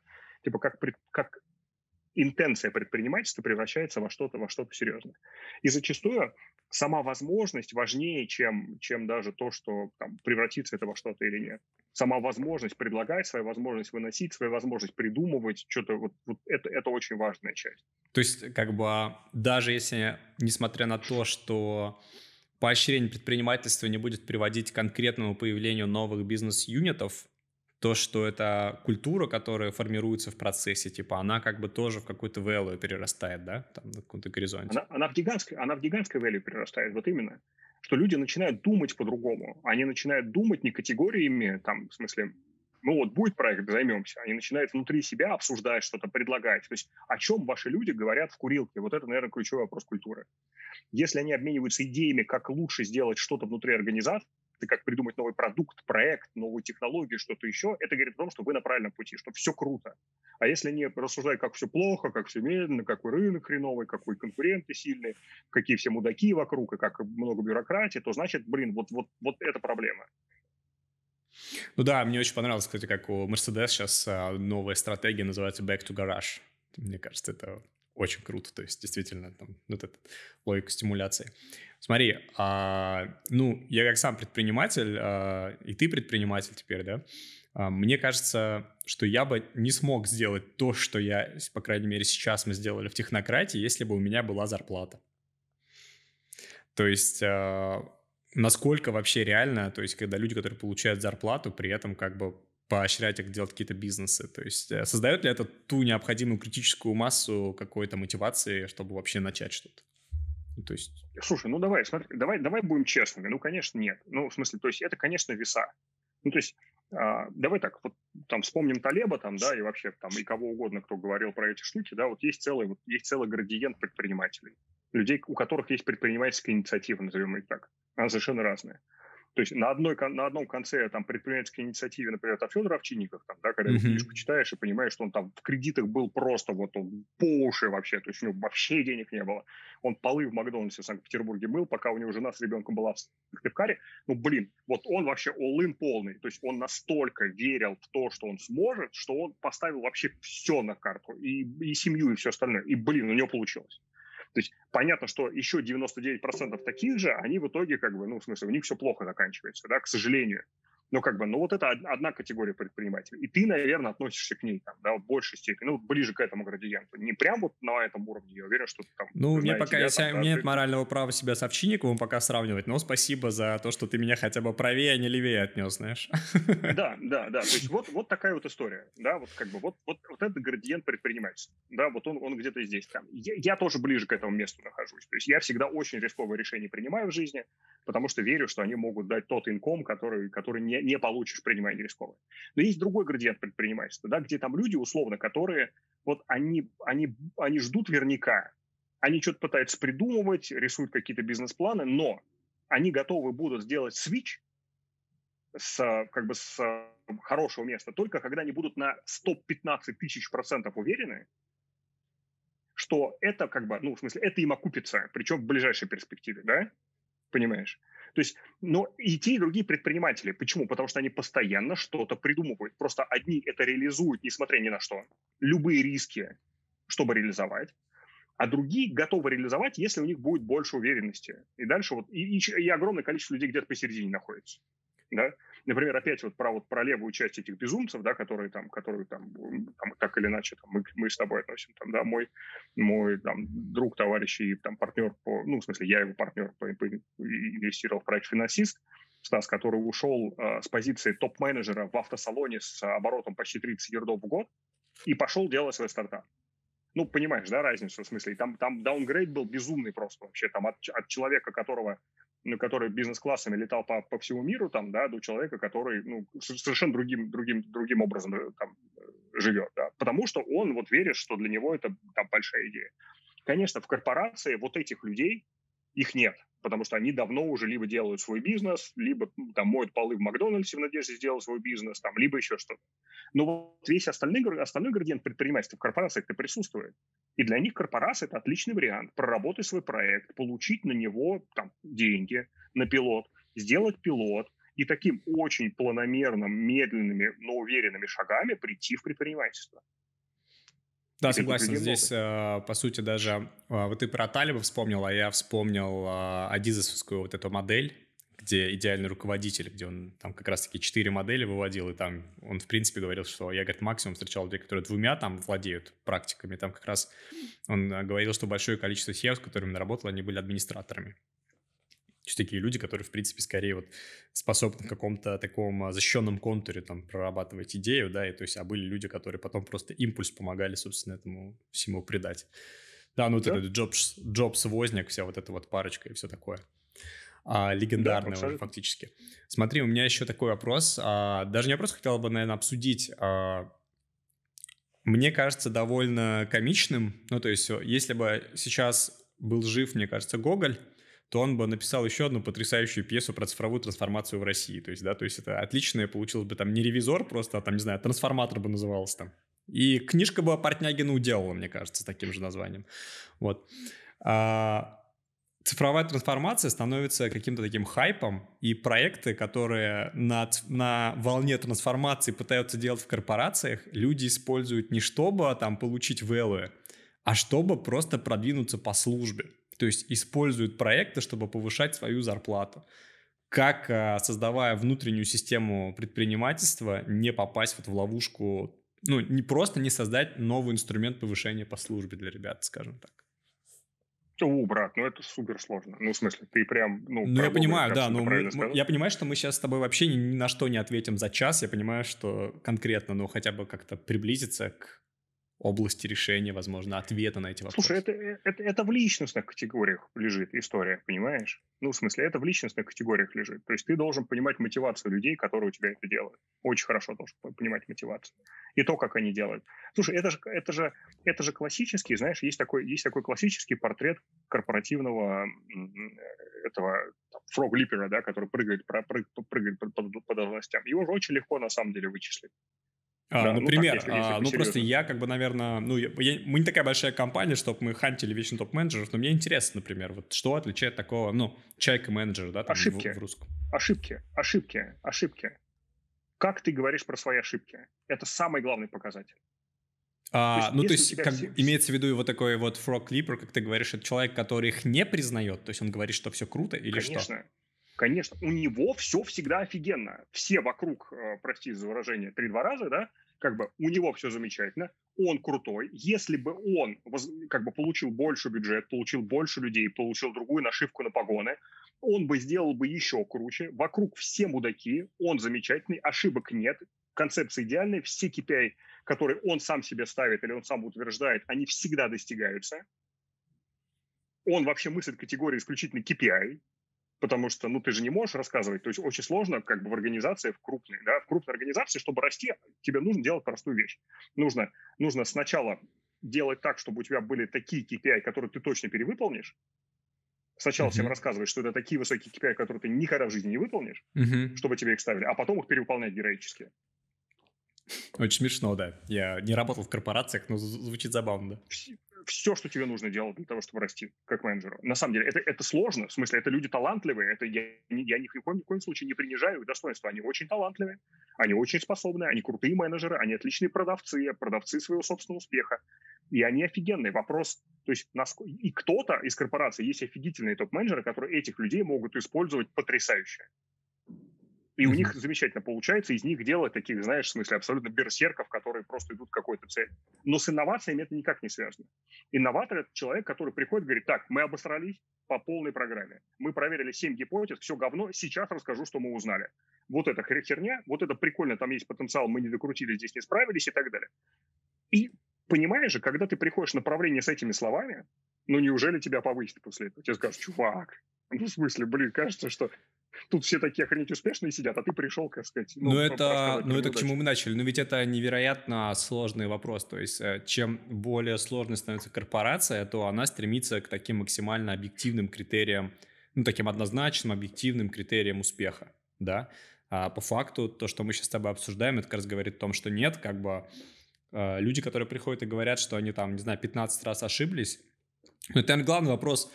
интенция предпринимательства превращается во что-то серьезное. И зачастую сама возможность важнее, чем даже то, что там, превратится это во что-то или нет. Сама возможность предлагать, своя возможность выносить, своя возможность придумывать, что-то вот это очень важная часть. То есть, как бы, даже если, несмотря на то, что поощрение предпринимательства не будет приводить к конкретному появлению новых бизнес-юнитов, то, что это культура, которая формируется в процессе, типа, она как бы тоже в какой-то value перерастает, да, там, на каком-то горизонте. Она в гигантской value перерастает, вот именно. Что люди начинают думать по-другому. Они начинают думать не категориями, там, в смысле, ну вот будет проект, займемся. Они начинают внутри себя обсуждать что-то, предлагать. То есть о чем ваши люди говорят в курилке? Вот это, наверное, ключевой вопрос культуры. Если они обмениваются идеями, как лучше сделать что-то внутри организации, как придумать новый продукт, проект, новую технологию, что-то еще, это говорит о том, что вы на правильном пути, что все круто. А если они рассуждают, как все плохо, как все медленно, какой рынок хреновый, какой конкуренты сильные, какие все мудаки вокруг и как много бюрократии, то значит, вот это проблема. Ну да, мне очень понравилось, кстати, как у Mercedes сейчас новая стратегия называется Back to Garage. Мне кажется, это очень круто, то есть действительно там вот эта логика стимуляции. Смотри, ну, я как сам предприниматель, и ты предприниматель теперь, да, мне кажется, что я бы не смог сделать то, что я, по крайней мере, сейчас мы сделали в технократии, если бы у меня была зарплата. То есть насколько вообще реально, то есть когда люди, которые получают зарплату, при этом как бы поощрять их делать какие-то бизнесы, то есть создает ли это ту необходимую критическую массу какой-то мотивации, чтобы вообще начать что-то? Ну, то есть... Слушай, ну давай, смотри, давай будем честными. Ну, конечно, нет. Ну, в смысле, то есть это, конечно, веса. Ну, то есть давай так, вот там вспомним Талеба, там, да, и вообще там и кого угодно, кто говорил про эти штуки, да, есть целый градиент предпринимателей, людей, у которых есть предпринимательская инициатива, назовем их так, она совершенно разная. То есть на одном конце там предпринимательской инициативе, например, там Федор Овчинников, там, да, когда его книжку читаешь и понимаешь, что он там в кредитах был просто вот он по уши вообще, то есть у него вообще денег не было. Он полы в Макдональдсе в Санкт-Петербурге был, пока у него жена с ребенком была в Сыктывкаре. Ну, вот он вообще all-in полный. То есть он настолько верил в то, что он сможет, что он поставил вообще все на карту. И семью, и все остальное. И, у него получилось. То есть понятно, что еще 99% таких же, они в итоге как бы, ну, в смысле, у них все плохо заканчивается, да, к сожалению. Ну, как бы, ну, вот это одна категория предпринимателей. И ты, наверное, относишься к ней, там, да, в большей степени, ну, ближе к этому градиенту. Не прям вот на этом уровне, я уверен, что там, Ну, мне зная пока, тебя, там, у да, меня нет ты... морального права себя с Овчинниковым пока сравнивать, но спасибо за то, что ты меня хотя бы правее, а не левее отнес, знаешь. Да, да, да. То есть вот такая вот история, да, вот как бы вот этот градиент предпринимательства, да, вот он где-то здесь, там. Я тоже ближе к этому месту нахожусь. То есть я всегда очень рисковые решения принимаю в жизни, потому что верю, что они могут дать тот инком, который не получишь, принимая нерисковые. Но есть другой градиент предпринимательства, да, где там люди, условно, которые вот они ждут верняка, они что-то пытаются придумывать, рисуют какие-то бизнес-планы, но они готовы будут сделать свич с хорошего места только когда они будут на 115 тысяч процентов уверены, что это как бы, ну, в смысле, это им окупится, причем в ближайшей перспективе, да? Понимаешь? То есть, но и те, и другие предприниматели. Почему? Потому что они постоянно что-то придумывают. Просто одни это реализуют, несмотря ни на что, любые риски, чтобы реализовать, а другие готовы реализовать, если у них будет больше уверенности. И дальше вот, и огромное количество людей где-то посередине находится. Да? Например, опять вот про левую часть этих безумцев, да, которые там так или иначе там, мы с тобой относим, там, да, мой там, друг, товарищ и там, партнер по, ну, в смысле, я его партнер инвестировал в проект «Финансист», Стас, который ушел с позиции топ-менеджера в автосалоне с оборотом почти 30 ярдов в год и пошел делать свой стартап. Ну, понимаешь, да, разницу в смысле? Там даунгрейд был безумный просто вообще. Там от человека, который бизнес-классами летал по всему миру, там, да, до человека, который, ну, совершенно другим образом там живет, да. Потому что он вот верит, что для него это там большая идея. Конечно, в корпорации вот этих людей, их нет, потому что они давно уже либо делают свой бизнес, либо там моют полы в Макдональдсе в надежде сделать свой бизнес, там, либо еще что-то. Но вот весь остальной градиент предпринимательства в корпорациях-то присутствует. И для них корпорация – это отличный вариант. Проработать свой проект, получить на него там, деньги, на пилот, сделать пилот и таким очень планомерным, медленными, но уверенными шагами прийти в предпринимательство. Да, согласен. Здесь, по сути, даже вот ты про Талиба вспомнил, а я вспомнил адизовскую вот эту модель, где идеальный руководитель, где он там как раз-таки 4 модели выводил, и там он, в принципе, говорил, что я, говорит, максимум встречал людей, которые 2 там владеют практиками. Там как раз он говорил, что большое количество SEO, с которыми он работал, они были администраторами. То есть такие люди, которые, в принципе, скорее вот способны в каком-то таком защищенном контуре там прорабатывать идею, да, и то есть, а были люди, которые потом просто импульс помогали, собственно, этому всему придать. Да, ну вот этот Джобс, Возняк, вся вот эта вот парочка и все такое. Легендарная уже фактически. Смотри, у меня еще такой вопрос. Даже не вопрос, хотел бы, наверное, обсудить. Мне кажется довольно комичным, ну то есть, если бы сейчас был жив, мне кажется, Гоголь, то он бы написал еще одну потрясающую пьесу про цифровую трансформацию в России. То есть, да, то есть это отличное получилось бы там не ревизор просто, а там, не знаю, трансформатор бы назывался там. И книжка бы Портнягина уделала, мне кажется, с таким же названием. Вот. Цифровая трансформация становится каким-то таким хайпом, и проекты, которые на волне трансформации пытаются делать в корпорациях, люди используют не чтобы там получить value, а чтобы просто продвинуться по службе. То есть используют проекты, чтобы повышать свою зарплату. Как, создавая внутреннюю систему предпринимательства, не попасть вот в ловушку, ну, не просто не создать новый инструмент повышения по службе для ребят, скажем так. Брат, ну это супер сложно. Ну, в смысле, ты прям, Ну, я понимаю, да, но я я понимаю, что мы сейчас с тобой вообще ни на что не ответим за час. Я понимаю, что конкретно, ну, хотя бы как-то приблизиться к области решения, возможно, ответа на эти вопросы. Слушай, это в личностных категориях лежит история, понимаешь? Ну, в смысле, это в личностных категориях лежит. То есть ты должен понимать мотивацию людей, которые у тебя это делают. Очень хорошо должен понимать мотивацию. И то, как они делают. Слушай, это же классический, знаешь, есть такой классический портрет корпоративного этого фрог-липера, да, который прыгает по должностям. Его же очень легко на самом деле вычислить. Да, например, так, просто я как бы, наверное, мы не такая большая компания, чтобы мы хантили вечно топ-менеджеров, но мне интересно, например, вот что отличает такого, ну, человека-менеджера, да, там, в русском. Ошибки. Как ты говоришь про свои ошибки? Это самый главный показатель. Имеется в виду вот такой вот frog leaper, как ты говоришь, это человек, который их не признает, то есть он говорит, что все круто или Конечно. что? Конечно, у него все всегда офигенно. Все вокруг, прости за выражение, 3-2 раза, да, как бы у него все замечательно, он крутой. Если бы он как бы получил больше бюджет, получил больше людей, получил другую нашивку на погоны, он бы сделал бы еще круче. Вокруг все мудаки, он замечательный, ошибок нет, концепция идеальная, все KPI, которые он сам себе ставит или он сам утверждает, они всегда достигаются. Он вообще мыслит категории исключительно KPI, потому что, ну, ты же не можешь рассказывать, то есть очень сложно как бы в организации, в крупной, да, в крупной организации, чтобы расти, тебе нужно делать простую вещь. Нужно сначала делать так, чтобы у тебя были такие KPI, которые ты точно перевыполнишь. Сначала всем рассказывать, что это такие высокие KPI, которые ты никогда в жизни не выполнишь, чтобы тебе их ставили, а потом их перевыполнять героически. Очень смешно, да. Я не работал в корпорациях, но звучит забавно, да. Все, что тебе нужно делать для того, чтобы расти как менеджеру. На самом деле, это сложно. В смысле, это люди талантливые. Это я их ни в коем случае не принижаю их достоинства. Они очень талантливые, они очень способные, они крутые менеджеры, они отличные продавцы своего собственного успеха. И они офигенные. Вопрос, то есть, и кто-то из корпорации, есть офигительные топ-менеджеры, которые этих людей могут использовать потрясающе. И у них замечательно получается из них делать таких, знаешь, в смысле, абсолютно берсерков, которые просто идут к какой-то цели. Но с инновациями это никак не связано. Инноватор – это человек, который приходит и говорит, так, мы обосрались по полной программе. Мы проверили 7 гипотез, все говно, сейчас расскажу, что мы узнали. Вот это херня, вот это прикольно, там есть потенциал, мы не докрутили, здесь не справились и так далее. И понимаешь же, когда ты приходишь в направление с этими словами, ну неужели тебя повысит после этого? Тебе скажут, чувак, ну в смысле, кажется, что тут все такие охренеть успешные сидят, а ты пришел, как сказать, это к чему мы начали. Но ведь это невероятно сложный вопрос. То есть, чем более сложной становится корпорация, то она стремится к таким максимально объективным критериям, ну, таким однозначным, объективным критериям успеха, да. А по факту, то, что мы сейчас с тобой обсуждаем, это как раз говорит о том, что нет, как бы, люди, которые приходят и говорят, что они там, не знаю, 15 раз ошиблись, это главный вопрос,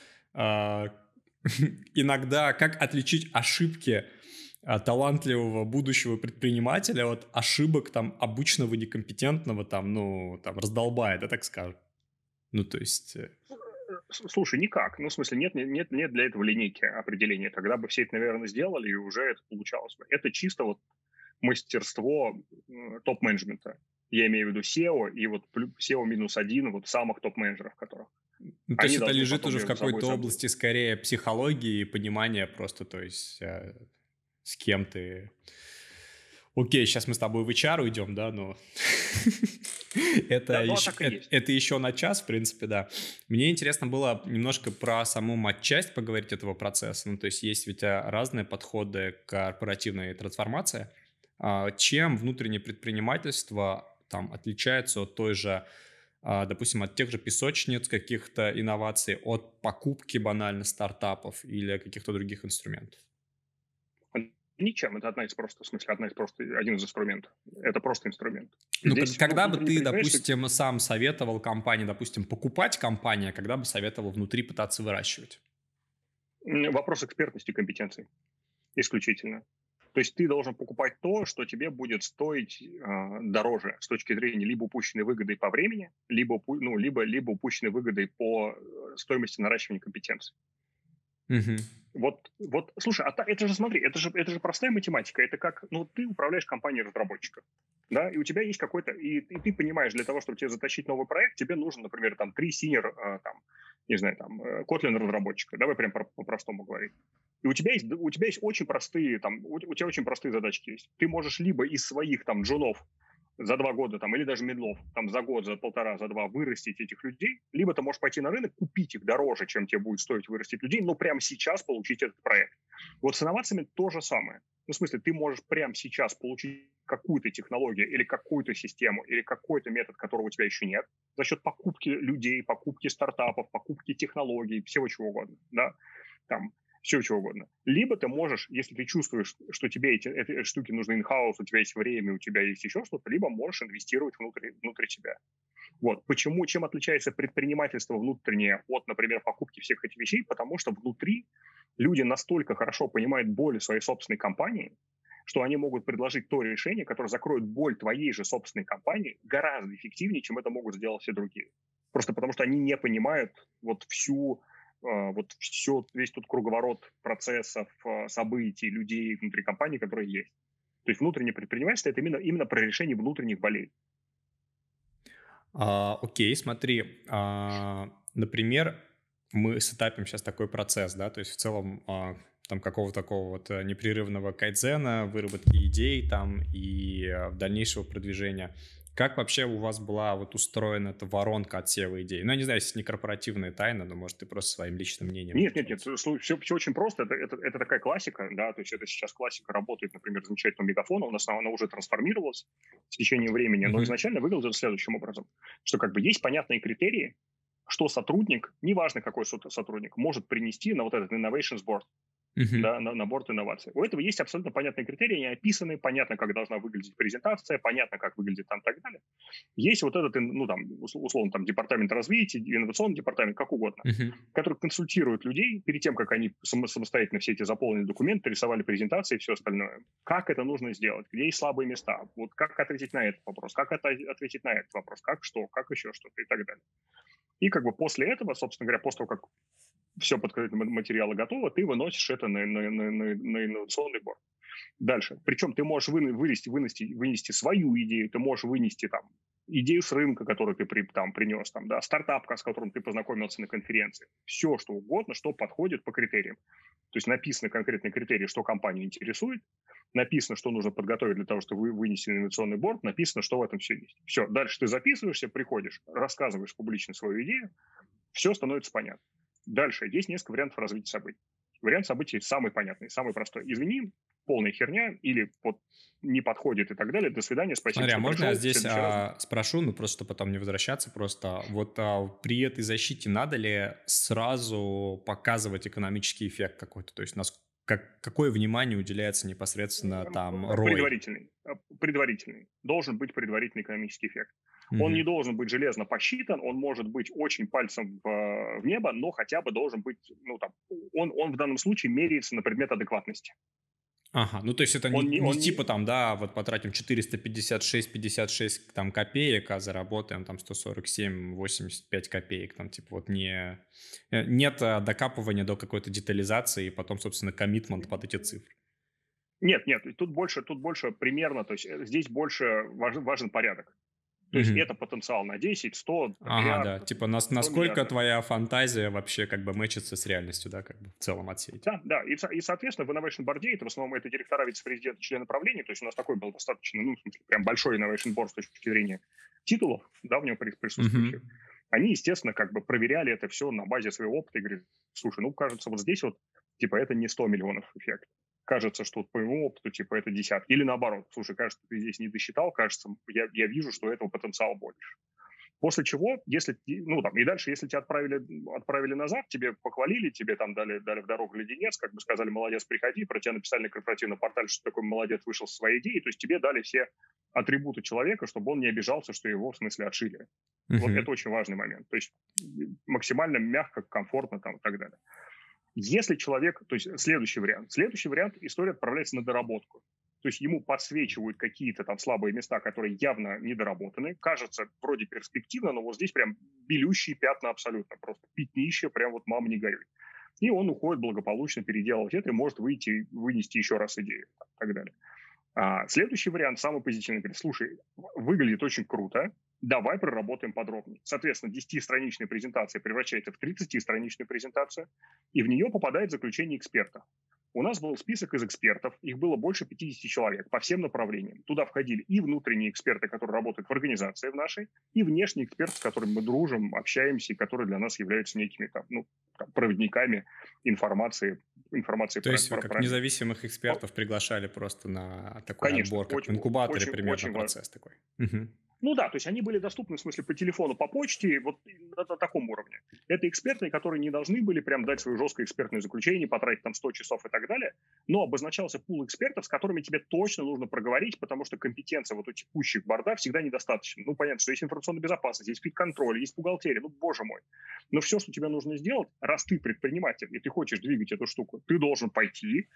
иногда как отличить ошибки талантливого будущего предпринимателя от ошибок там обычного некомпетентного там, ну, там, раздолбая, да, так скажем. Ну, то есть... Слушай, никак. Ну, в смысле, нет для этого линейки определения. Тогда бы все это, наверное, сделали, и уже это получалось бы. Это чисто вот мастерство топ-менеджмента. Я имею в виду SEO и вот SEO -1 вот самых топ-менеджеров, которых. Ну, то есть это лежит уже в какой-то области скорее психологии и понимания просто, то есть с кем ты... Окей, сейчас мы с тобой в HR уйдем, да, но... Это еще на час, в принципе, да. Мне интересно было немножко про саму матчасть поговорить этого процесса. Ну, то есть есть ведь разные подходы к корпоративной трансформации. Чем внутреннее предпринимательство там отличается от той же, допустим, от тех же песочниц, каких-то инноваций, от покупки банально стартапов или каких-то других инструментов? Ничем. Это один из инструментов. Это просто инструмент. Ну, когда бы ты, допустим, сам советовал компании, допустим, покупать компанию, когда бы советовал внутри пытаться выращивать? Вопрос экспертности и компетенции. Исключительно. То есть ты должен покупать то, что тебе будет стоить дороже с точки зрения либо упущенной выгоды по времени, либо упущенной выгодой по стоимости наращивания компетенций. Вот, слушай, это же, смотри, это же простая математика. Это как, ну, ты управляешь компанией разработчиков, да, и у тебя есть какой-то, и ты понимаешь, для того, чтобы тебе затащить новый проект, тебе нужно, например, там 3 senior, Kotlin разработчика, давай прям по-простому говорить. И у тебя есть очень простые, там, у тебя очень простые задачки есть. Ты можешь либо из своих там джунов за 2 года, там, или даже медлов, там, за год, за полтора, за 2 вырастить этих людей, либо ты можешь пойти на рынок, купить их дороже, чем тебе будет стоить вырастить людей, но прямо сейчас получить этот проект. Вот с инновациями то же самое. Ну, в смысле, ты можешь прямо сейчас получить какую-то технологию или какую-то систему, или какой-то метод, которого у тебя еще нет, за счет покупки людей, покупки стартапов, покупки технологий, всего чего угодно, да, там, все чего угодно. Либо ты можешь, если ты чувствуешь, что тебе эти штуки нужны in-house, у тебя есть время, у тебя есть еще что-то, либо можешь инвестировать внутрь себя. Вот. Почему, чем отличается предпринимательство внутреннее от, например, покупки всех этих вещей? Потому что внутри люди настолько хорошо понимают боль своей собственной компании, что они могут предложить то решение, которое закроет боль твоей же собственной компании гораздо эффективнее, чем это могут сделать все другие. Просто потому что они не понимают вот всю вот весь тот круговорот процессов, событий, людей внутри компании, которые есть. То есть внутреннее предпринимательство – это именно про решение внутренних болей. Окей, смотри, например, мы сетапим сейчас такой процесс, да, то есть в целом там какого-то такого вот непрерывного кайдзена, выработки идей там и дальнейшего продвижения. Как вообще у вас была вот устроена эта воронка отсева идей? Ну, я не знаю, если это не корпоративная тайна, но, может, ты просто своим личным мнением Нет, поделился. все очень просто. Это такая классика, да, то есть это сейчас классика работает, например, замечательного Мегафона, у нас она уже трансформировалась с течением времени, но Мгм. изначально выглядело следующим образом, что как бы есть понятные критерии, что сотрудник, неважно какой сотрудник, может принести на вот этот innovations board, Мгм. да, на борт инноваций. У этого есть абсолютно понятные критерии, они описаны, понятно, как должна выглядеть презентация, понятно, как выглядит там и так далее. Есть вот этот, ну, там, условно, там, департамент развития, инновационный департамент, как угодно, Мгм. который консультирует людей перед тем, как они самостоятельно все эти заполнили документы, рисовали презентации и все остальное. Как это нужно сделать, где есть слабые места, вот как ответить на этот вопрос, как ответить на этот вопрос, как что, как еще что-то и так далее. И как бы после этого, собственно говоря, после того, как все подкрытые материалы готовы, ты выносишь это на инновационный борт. Дальше. Причем ты можешь вынести свою идею, ты можешь вынести там идею с рынка, которую ты принес, там, да, стартап, с которым ты познакомился на конференции. Все, что угодно, что подходит по критериям. То есть написаны конкретные критерии, что компанию интересует, написано, что нужно подготовить для того, чтобы вынести на инновационный борт, написано, что в этом все есть. Все, дальше ты записываешься, приходишь, рассказываешь публично свою идею, все становится понятно. Дальше есть несколько вариантов развития событий. Вариант событий самый понятный, самый простой. Извини, полная херня, или вот не подходит и так далее. До свидания, спасибо, Смотри, а что можно я пришел. В здесь следующий раз. спрошу, ну просто чтобы потом не возвращаться, просто вот при этой защите надо ли сразу показывать экономический эффект какой-то? То есть какое внимание уделяется непосредственно там ROI? Предварительный. Должен быть предварительный экономический эффект. Он не Мгм. должен быть железно посчитан, он может быть очень пальцем в небо, но хотя бы должен быть, ну там, он в данном случае меряется на предмет адекватности. Ага, ну то есть это Он не не, типа там, да, вот потратим 456,56 там копеек, а заработаем там 147,85 копеек, там типа вот нет докапывания до какой-то детализации и потом, собственно, коммитмент под эти цифры. Нет, тут больше примерно, то есть здесь больше важен порядок. То есть Мгм. это потенциал на 10, 100, Ага, миллиард, да, типа 100 насколько миллиардов. твоя фантазия вообще как бы мэчится с реальностью, да, как бы в целом отсеять. Да, и, соответственно, в Innovation Board это в основном это директора, вице-президенты, члены правления, то есть у нас такой был достаточно, ну, в смысле, прям большой Innovation Board с точки зрения титулов, да, в нем присутствующих. Мгм. Они, естественно, как бы проверяли это все на базе своего опыта и говорят, слушай, ну, кажется, вот здесь вот, типа, это не 100 миллионов эффект. Кажется, что вот по моему опыту, типа, это десятки. Или наоборот, слушай, кажется, ты здесь не досчитал, кажется, я вижу, что этого потенциал больше. После чего, если, ну, там, и дальше, если тебя отправили назад, тебе похвалили, тебе там дали в дорогу леденец, как бы сказали, молодец, приходи, про тебя написали на корпоративном портале, что такой молодец, вышел со своей идеей, то есть тебе дали все атрибуты человека, чтобы он не обижался, что его, в смысле, отшили. Вот Мгм. это очень важный момент. То есть максимально мягко, комфортно там и так далее. Если человек, то есть следующий вариант, история отправляется на доработку. То есть ему подсвечивают какие-то там слабые места, которые явно недоработаны. Кажется, вроде перспективно, но вот здесь прям белющие пятна абсолютно. Просто пятнище, прям вот мама не горюй. И он уходит благополучно переделывать это и может вынести еще раз идею и так далее. Следующий вариант, самый позитивный, говорит, слушай, выглядит очень круто, давай проработаем подробнее. Соответственно, 10-страничная презентация превращается в 30-страничную презентацию, и в нее попадает заключение эксперта. У нас был список из экспертов, их было больше 50 человек по всем направлениям. Туда входили и внутренние эксперты, которые работают в организации в нашей, и внешние эксперты, с которыми мы дружим, общаемся, и которые для нас являются некими там, ну, проводниками информации То есть вы как про мир. независимых экспертов приглашали просто на такой Конечно, отбор, как в очень, инкубаторе очень, примерно очень важно. процесс такой. Мгм. Ну да, то есть они были доступны, в смысле, по телефону, по почте, вот на таком уровне. Это эксперты, которые не должны были прям дать свое жесткое экспертное заключение, потратить там 100 часов и так далее, но обозначался пул экспертов, с которыми тебе точно нужно проговорить, потому что компетенция вот у текущих борда всегда недостаточно. Ну, понятно, что есть информационная безопасность, есть фит-контроль, есть бухгалтерия, ну, боже мой. Но все, что тебе нужно сделать, раз ты предприниматель, и ты хочешь двигать эту штуку, ты должен пойти,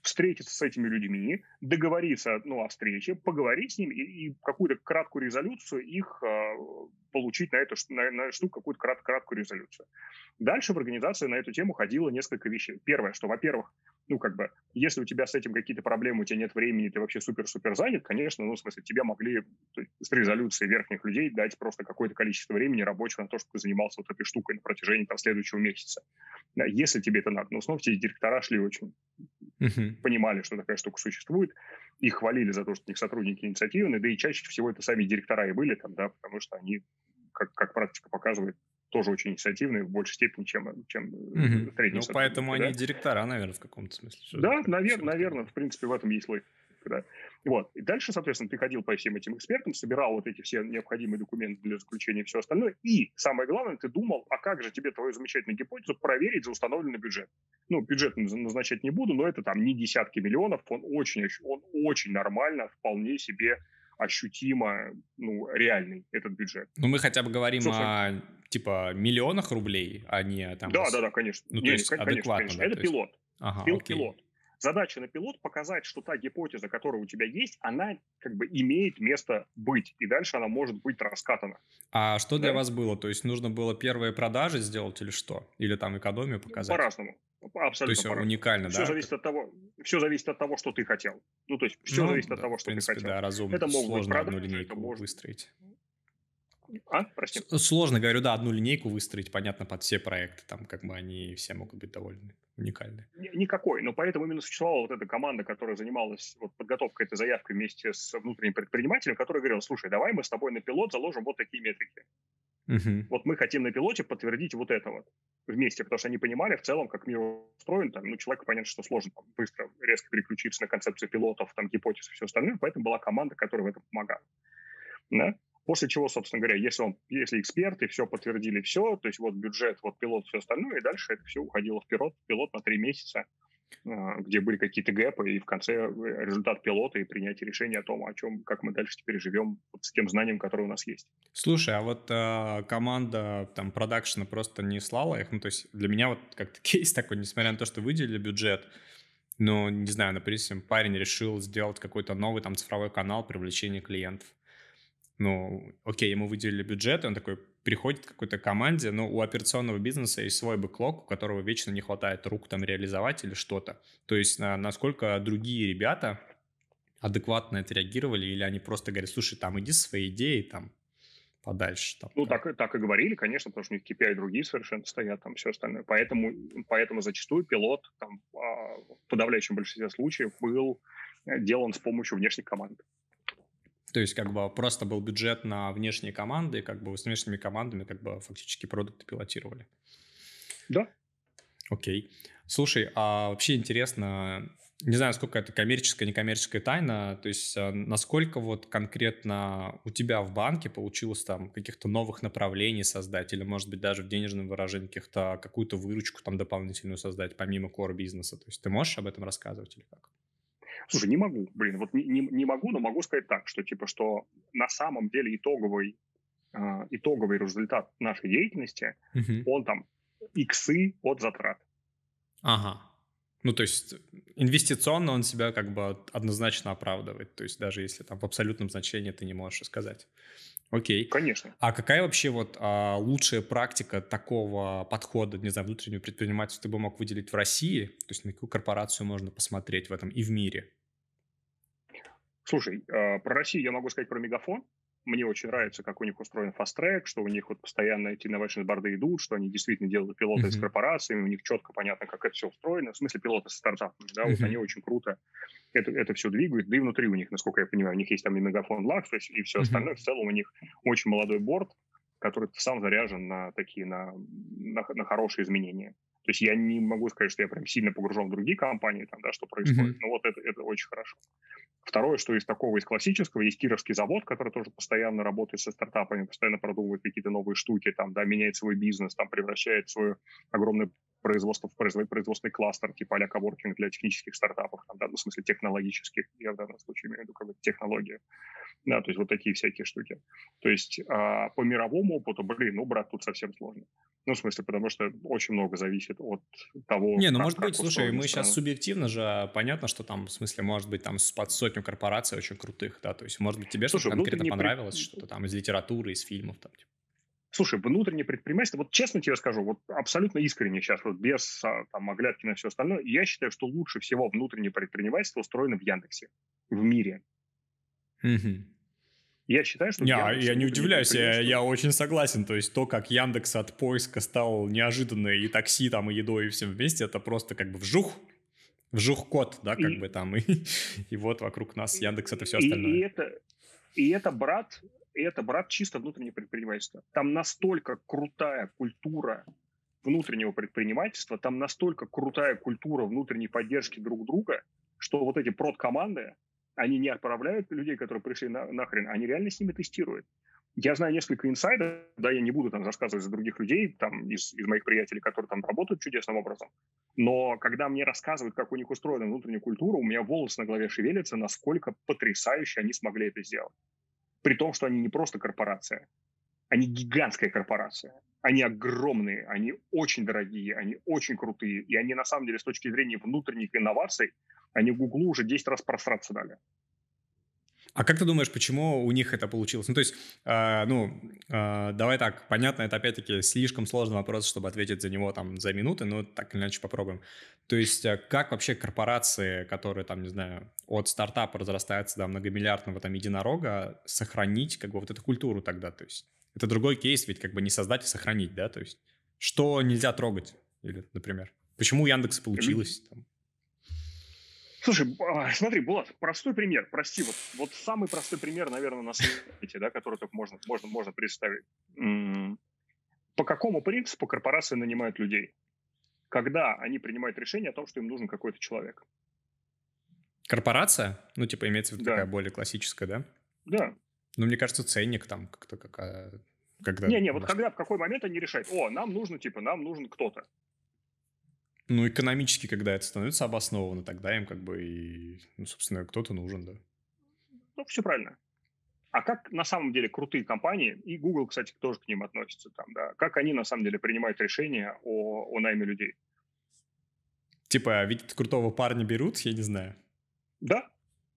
встретиться с этими людьми, договориться о встрече, поговорить с ними и какую-то краткую резолюцию их получить на эту штуку, какую-то краткую резолюцию. Дальше в организации на эту тему ходило несколько вещей. Первое, что, во-первых, если у тебя с этим какие-то проблемы, у тебя нет времени, ты вообще супер-супер занят, конечно, в смысле, тебе могли с резолюцией верхних людей дать просто какое-то количество времени рабочего на то, чтобы ты занимался вот этой штукой на протяжении следующего месяца. Да, если тебе это надо. Но снова эти директора шли очень, понимали, что такая штука существует, и хвалили за то, что у них сотрудники инициативные, да и чаще всего это сами директора и были там, да, потому что они, как практика показывает, тоже очень инициативные в большей степени, чем средние сотрудники. Поэтому они директора, наверное, в каком-то смысле. Да, наверное, в принципе, в этом есть логика. Да. И дальше, соответственно, ты ходил по всем этим экспертам, собирал вот эти все необходимые документы для заключения и все остальное. И самое главное, ты думал, а как же тебе твою замечательную гипотезу проверить за установленный бюджет? Бюджет назначать не буду, но это там не десятки миллионов, он очень нормально, вполне себе ощутимо, реальный этот бюджет. Мы хотя бы говорим о, миллионах рублей, а не там... Да, конечно. Адекватно, конечно. Да, это пилот. Окей. Пилот. Задача на пилот показать, что та гипотеза, которая у тебя есть, она имеет место быть, и дальше она может быть раскатана. А что для вас было? То есть нужно было первые продажи сделать или что? Или там экономию показать? По-разному. Абсолютно то есть по-разному. Уникально, все зависит от того, что ты хотел. То есть все зависит от того, что ты хотел. Да, разумно. Это могут сложно быть продажи, одну линейку выстроить. Прости? Сложно, говорю, одну линейку выстроить, понятно, под все проекты. Там они все могут быть довольно уникальны. Никакой. Но поэтому именно существовала вот эта команда, которая занималась подготовкой этой заявки вместе с внутренним предпринимателем, который говорил, слушай, давай мы с тобой на пилот заложим вот такие метрики. Вот мы хотим на пилоте подтвердить вот это вот вместе, потому что они понимали в целом, как мир устроен. Человеку понятно, что сложно быстро, резко переключиться на концепцию пилотов, гипотез и все остальное, поэтому была команда, которая в этом помогала. Да? После чего, собственно говоря, если эксперты все подтвердили, все, то есть вот бюджет, вот пилот, все остальное, и дальше это все уходило в пилот на 3 месяца, где были какие-то гэпы, и в конце результат пилота и принятие решения о том, как мы дальше теперь живем с тем знанием, которое у нас есть. Слушай, а вот команда продакшена просто не слала их? То есть для меня вот как-то кейс такой, несмотря на то, что выделили бюджет, но, не знаю, например, парень решил сделать какой-то новый цифровой канал привлечения клиентов. Окей, ему выделили бюджет, и он такой приходит к какой-то команде, но у операционного бизнеса есть свой бэклог, у которого вечно не хватает рук реализовать или что-то. То есть насколько другие ребята адекватно отреагировали, или они просто говорят, слушай, иди со своей идеей подальше. Так и говорили, конечно, потому что у них KPI другие совершенно стоят, все остальное. Поэтому зачастую пилот в подавляющем большинстве случаев был делан с помощью внешних команд. То есть просто был бюджет на внешние команды, и вы с внешними командами фактически продукты пилотировали. Да. Окей. Слушай, а вообще интересно, не знаю, сколько это коммерческая, некоммерческая тайна, то есть насколько конкретно у тебя в банке получилось каких-то новых направлений создать, или, может быть, даже в денежном выражении какую-то выручку дополнительную создать, помимо core-бизнеса. То есть ты можешь об этом рассказывать или как? Слушай, не могу, не могу, но могу сказать так, что на самом деле итоговый результат нашей деятельности, он иксы от затрат. Ага. То есть инвестиционно он себя однозначно оправдывает, то есть даже если в абсолютном значении ты не можешь сказать. Окей. Конечно. А какая вообще лучшая практика такого подхода, не знаю, внутреннего предпринимательства ты бы мог выделить в России? То есть на какую корпорацию можно посмотреть в этом и в мире? Слушай, про Россию я могу сказать про Мегафон. Мне очень нравится, как у них устроен фаст-трек, что у них постоянно эти innovation борды идут, что они действительно делают пилоты с корпорациями, у них четко понятно, как это все устроено. В смысле пилоты со стартапами, да, вот они очень круто это все двигают, да и внутри у них, насколько я понимаю, у них есть и Мегафон Лакс, и все остальное. В целом у них очень молодой борд, который сам заряжен на хорошие изменения. То есть я не могу сказать, что я прям сильно погружен в другие компании, что происходит, но вот это очень хорошо. Второе, что из классического, есть Кировский завод, который тоже постоянно работает со стартапами, постоянно продумывает какие-то новые штуки, меняет свой бизнес, превращает свое огромное производственный кластер, типа а-ля коворкинг для технических стартапов, там, да, ну, в смысле технологических, я в данном случае имею в виду как бы технологии. Да, то есть вот такие всякие штуки. То есть по мировому опыту, брат, тут совсем сложно. Ну, в смысле, потому что очень много зависит от того, Не, ну как может быть, слушай, устроена мы сейчас страна. субъективно же, понятно, что там, в смысле, может быть, там под сотню корпораций очень крутых, да, то есть, может быть, тебе что-то Слушай, конкретно понравилось, что-то там из литературы, из фильмов, там, типа. Слушай, внутреннее предпринимательство, вот честно тебе скажу, вот абсолютно искренне сейчас, вот без там оглядки на все остальное, я считаю, что лучше всего внутреннее предпринимательство устроено в Яндексе, в мире. Мгм. Я считаю, что в Я Яндексе не внутреннее удивляюсь, я предпринимательство... очень согласен. То есть то, как Яндекс от поиска стал неожиданно и такси, там, и едой, и всем вместе, это просто как бы вжух код, да, как бы И, там, и вот вокруг нас Яндекс — это все и, и, остальное. это, и это брат чисто внутреннее предпринимательство. Там настолько крутая культура внутреннего предпринимательства, там настолько крутая культура внутренней поддержки друг друга, что вот эти прод-команды, они не отправляют людей, которые пришли нахрен, они реально с ними тестируют. Я знаю несколько инсайдов, да, я не буду там рассказывать за других людей, там, из моих приятелей, которые там работают чудесным образом, но когда мне рассказывают, как у них устроена внутренняя культура, у меня волосы на голове шевелятся, насколько потрясающе они смогли это сделать. При том, что они не просто корпорация, они гигантская корпорация. Они огромные, они очень дорогие, они очень крутые. И они, на самом деле, с точки зрения внутренних инноваций, они Гуглу уже 10 раз просраться дали. А как ты думаешь, почему у них это получилось? Ну, то есть, давай так, понятно, это опять-таки слишком сложный вопрос, чтобы ответить за него там за минуты, но так или иначе попробуем. То есть, как вообще корпорации, которые там, не знаю, от стартапа разрастаются до многомиллиардного там единорога, сохранить как бы вот эту культуру тогда? То есть, это другой кейс, ведь как бы не создать, а сохранить, да? То есть, что нельзя трогать, или, например? Почему у Яндекса получилось? Там? Слушай, смотри, Булат, простой пример, прости, вот самый простой пример, наверное, на свете, да, который только можно представить. По какому принципу корпорации нанимают людей? Когда они принимают решение о том, что им нужен какой-то человек. Корпорация? Ну, типа, имеется в виду такая Да, более классическая, да? да. Ну, мне кажется, ценник там как-то какая... Когда Не, у вот нас... когда, в какой момент они решают, нам нужен кто-то. Ну, экономически, когда это становится обоснованно, тогда им как бы и, ну, собственно, кто-то нужен, да. Ну, все правильно. А как на самом деле крутые компании, и Google, кстати, тоже к ним относится, там, да, как они на самом деле принимают решения о найме людей? Типа, видят крутого парня берут, я не знаю. Да,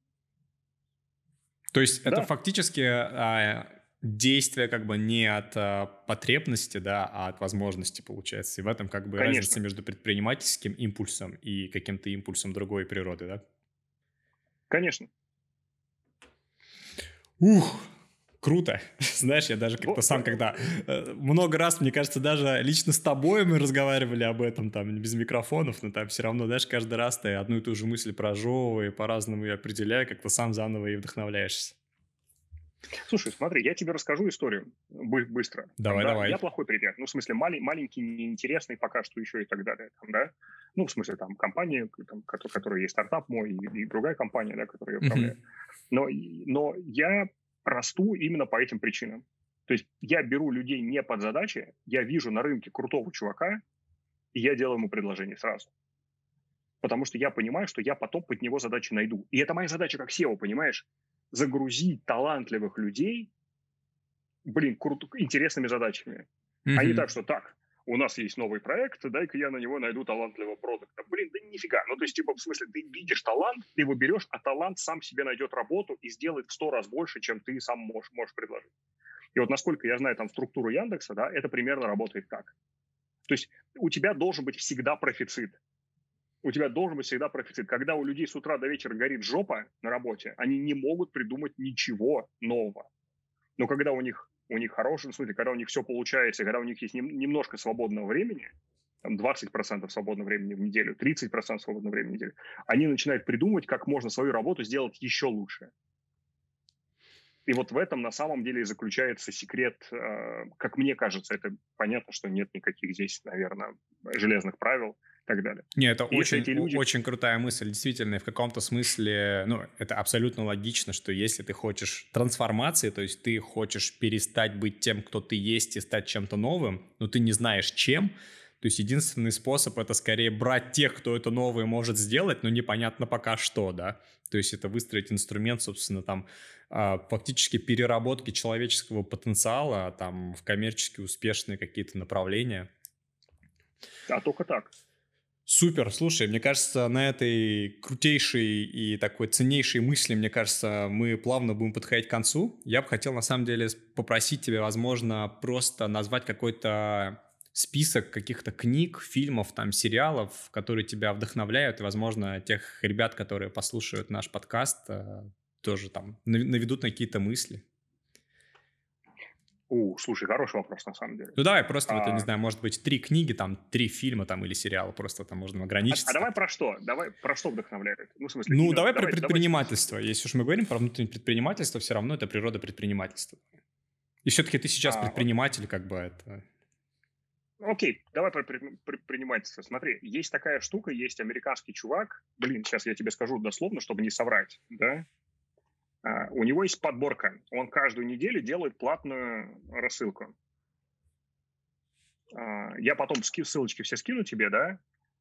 То есть это да, фактически действие как бы не от потребности, да, а от возможности, получается. И в этом как бы разница конечно. между предпринимательским импульсом и каким-то импульсом другой природы, да? Конечно. Ух, круто. Знаешь, я даже как-то Во- сам, когда много раз, мне кажется, даже лично с тобой мы разговаривали об этом, там, без микрофонов, но там все равно, знаешь, каждый раз ты одну и ту же мысль прожевывая, по-разному ее определяя, как-то сам заново и вдохновляешься. Слушай, смотри, я тебе расскажу историю быстро. Там, Давай, да? давай. Я плохой пример. Ну, в смысле, маленький, неинтересный пока что еще и так далее. Там, да? Ну, в смысле, там, компания, там, которая есть стартап мой, и другая компания, да, которую я управляю. Мгм. Но я расту именно по этим причинам. То есть я беру людей не под задачи, я вижу на рынке крутого чувака, и я делаю ему предложение сразу. Потому что я понимаю, что я потом под него задачи найду. И это моя задача как SEO, понимаешь? Загрузить талантливых людей, интересными задачами. А не так, Мгм. что у нас есть новый проект, дай-ка я на него найду талантливого продукта. Да нифига. Ну, то есть, типа, в смысле, ты видишь талант, ты его берешь, а талант сам себе найдет работу и сделает в 100 раз больше, чем ты сам можешь предложить. И вот насколько я знаю там структуру Яндекса, да, это примерно работает так. То есть у тебя должен быть всегда профицит. У тебя должен быть всегда профицит. Когда у людей с утра до вечера горит жопа на работе, они не могут придумать ничего нового. Но когда у них хороший, в смысле, когда у них все получается, когда у них есть немножко свободного времени, там 20% свободного времени в неделю, 30% свободного времени в неделю, они начинают придумывать, как можно свою работу сделать еще лучше. И вот в этом на самом деле и заключается секрет, как мне кажется, это понятно, что нет никаких здесь, наверное, железных правил и так далее. Не, это И если очень, эти люди... очень крутая мысль, действительно, и в каком-то смысле, ну, это абсолютно логично, что если ты хочешь трансформации, то есть ты хочешь перестать быть тем, кто ты есть, и стать чем-то новым, но ты не знаешь чем, То есть единственный способ — это скорее брать тех, кто это новое может сделать, но непонятно пока что, да. То есть это выстроить инструмент, собственно, там, фактически переработки человеческого потенциала там в коммерчески успешные какие-то направления. А только так. Супер, слушай, мне кажется, на этой крутейшей и такой ценнейшей мысли, мне кажется, мы плавно будем подходить к концу. Я бы хотел, на самом деле, попросить тебя, возможно, просто назвать какой-то список каких-то книг, фильмов, там, сериалов, которые тебя вдохновляют, и, возможно, тех ребят, которые послушают наш подкаст, тоже там наведут на какие-то мысли. Слушай, хороший вопрос, на самом деле. Ну, давай просто, вот, я не знаю, может быть, 3 книги, там, 3 фильма, там, или сериала, просто там можно ограничиться. Давай про что? Давай про что вдохновляет? Ну, в смысле, давай про предпринимательство. Если уж мы говорим про внутреннее предпринимательство, все равно это природа предпринимательства. И все-таки ты сейчас предприниматель, как бы это... Окей, давай про предпринимательство. Смотри, есть такая штука, есть американский чувак, сейчас я тебе скажу дословно, чтобы не соврать, да? У него есть подборка. Он каждую неделю делает платную рассылку. Я потом ссылочки все скину тебе, да?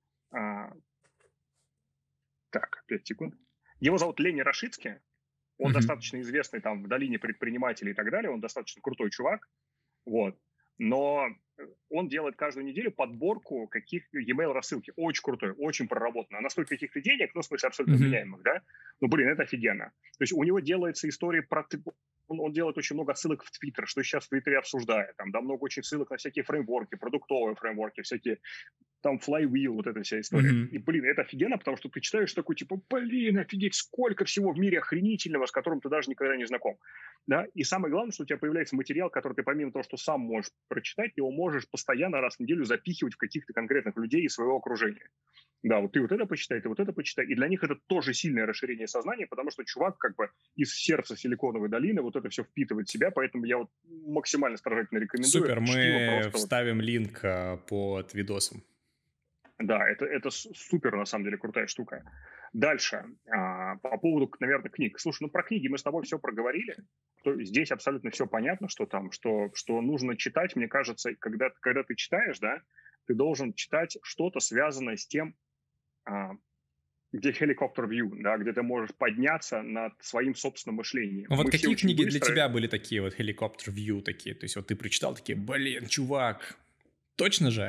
Так, 5 секунд. Его зовут Ленни Рашицкий. Он достаточно известный там в долине предпринимателей и так далее. Он достаточно крутой чувак. Вот. Но он делает каждую неделю подборку каких-то e-mail рассылки. Очень крутой, очень проработанно. Она стоит каких-то денег, ну, в смысле, абсолютно вменяемых, да? Ну, это офигенно. То есть у него делается история про... Он делает очень много ссылок в Твиттер, что сейчас в Твиттере обсуждает. Там, да, много очень ссылок на всякие фреймворки, продуктовые фреймворки, всякие там Flywheel, вот эта вся история. И, это офигенно, потому что ты читаешь такой, типа, офигеть, сколько всего в мире охренительного, с которым ты даже никогда не знаком. Да? И самое главное, что у тебя появляется материал, который ты помимо того, что сам можешь прочитать, его можешь постоянно раз в неделю запихивать в каких-то конкретных людей из своего окружения. Да, вот ты вот это почитай, ты вот это почитай. И для них это тоже сильное расширение сознания, потому что чувак как бы из сердца Силиконовой долины вот это все впитывает в себя, поэтому я вот максимально старательно рекомендую. Супер, мы вставим линк под видосом. Да, это супер, на самом деле, крутая штука. Дальше, по поводу, наверное, книг. Слушай, про книги мы с тобой все проговорили. Здесь абсолютно все понятно, что там, что нужно читать. Мне кажется, когда ты читаешь, да, ты должен читать что-то, связанное с тем, где helicopter view, да, где ты можешь подняться над своим собственным мышлением. Вот какие книги для тебя были такие вот helicopter view такие? То есть вот ты прочитал такие, чувак, точно же?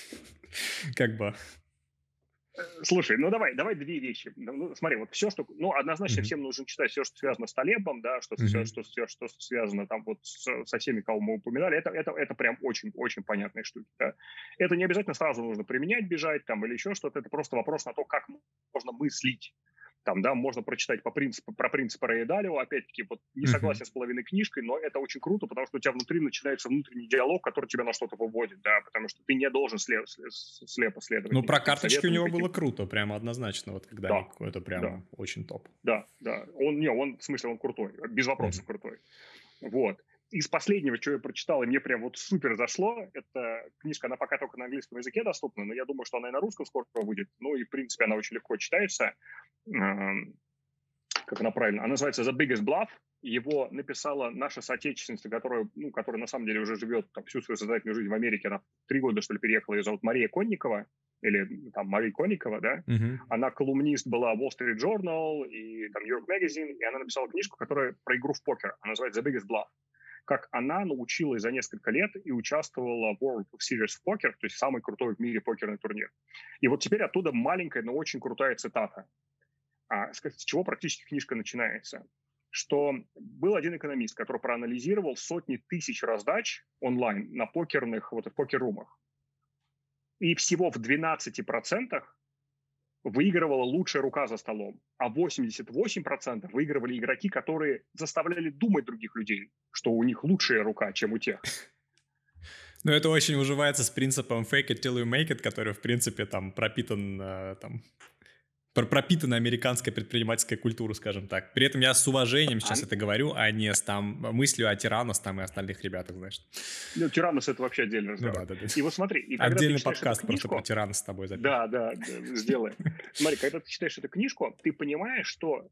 Как бы... Слушай, давай две вещи. Смотри, вот все, что... однозначно всем нужно читать все, что связано с Талебом, да, что связано там вот со всеми, кого мы упоминали. Это прям очень-очень понятные штуки. Да. Это не обязательно сразу нужно применять, бежать там или еще что-то. Это просто вопрос на то, как можно мыслить. Там, да, можно прочитать про принципы Рэя Далио. Опять-таки, вот не согласен с половиной книжкой, но это очень круто, потому что у тебя внутри начинается внутренний диалог, который тебя на что-то выводит, да, потому что ты не должен слепо следовать. Ну, про карточки у него было круто, прямо однозначно, вот когда это прям очень топ. Да. Он, в смысле, он крутой, без вопросов крутой. Вот. Из последнего, что я прочитал, и мне прям вот супер зашло, это книжка, она пока только на английском языке доступна, но я думаю, что она и на русском скоро выйдет. Ну и, в принципе, она очень легко читается. Как она правильно? Она называется «The Biggest Bluff». Его написала наша соотечественница, которая на самом деле уже живет там, всю свою сознательную жизнь в Америке. Она 3 года, что ли, переехала. Ее зовут Мария Конникова. Или там Мария Конникова, да? Она колумнист была Wall Street Journal и там New York Magazine. И она написала книжку, которая про игру в покер. Она называется «The Biggest Bluff». Как она научилась за несколько лет и участвовала в World Series of Poker, то есть самый крутой в мире покерный турнир. И вот теперь оттуда маленькая, но очень крутая цитата. С чего практически книжка начинается? Что был один экономист, который проанализировал сотни тысяч раздач онлайн на покерных, в покер-румах. И всего в 12% выигрывала лучшая рука за столом, а 88% выигрывали игроки, которые заставляли думать других людей, что у них лучшая рука, чем у тех. Ну, это очень уживается с принципом fake it till you make it, который, в принципе, там пропитан пропитана американская предпринимательская культура, скажем так. При этом я с уважением сейчас это говорю, а не с мыслью о Тиранос там и остальных ребятах, знаешь. Ну, Тиранос — это вообще отдельный разговор. Да. И вот смотри... Отдельный подкаст просто про Тиранос с тобой запишем. Да, сделаем. Смотри, когда ты читаешь эту книжку, ты понимаешь, что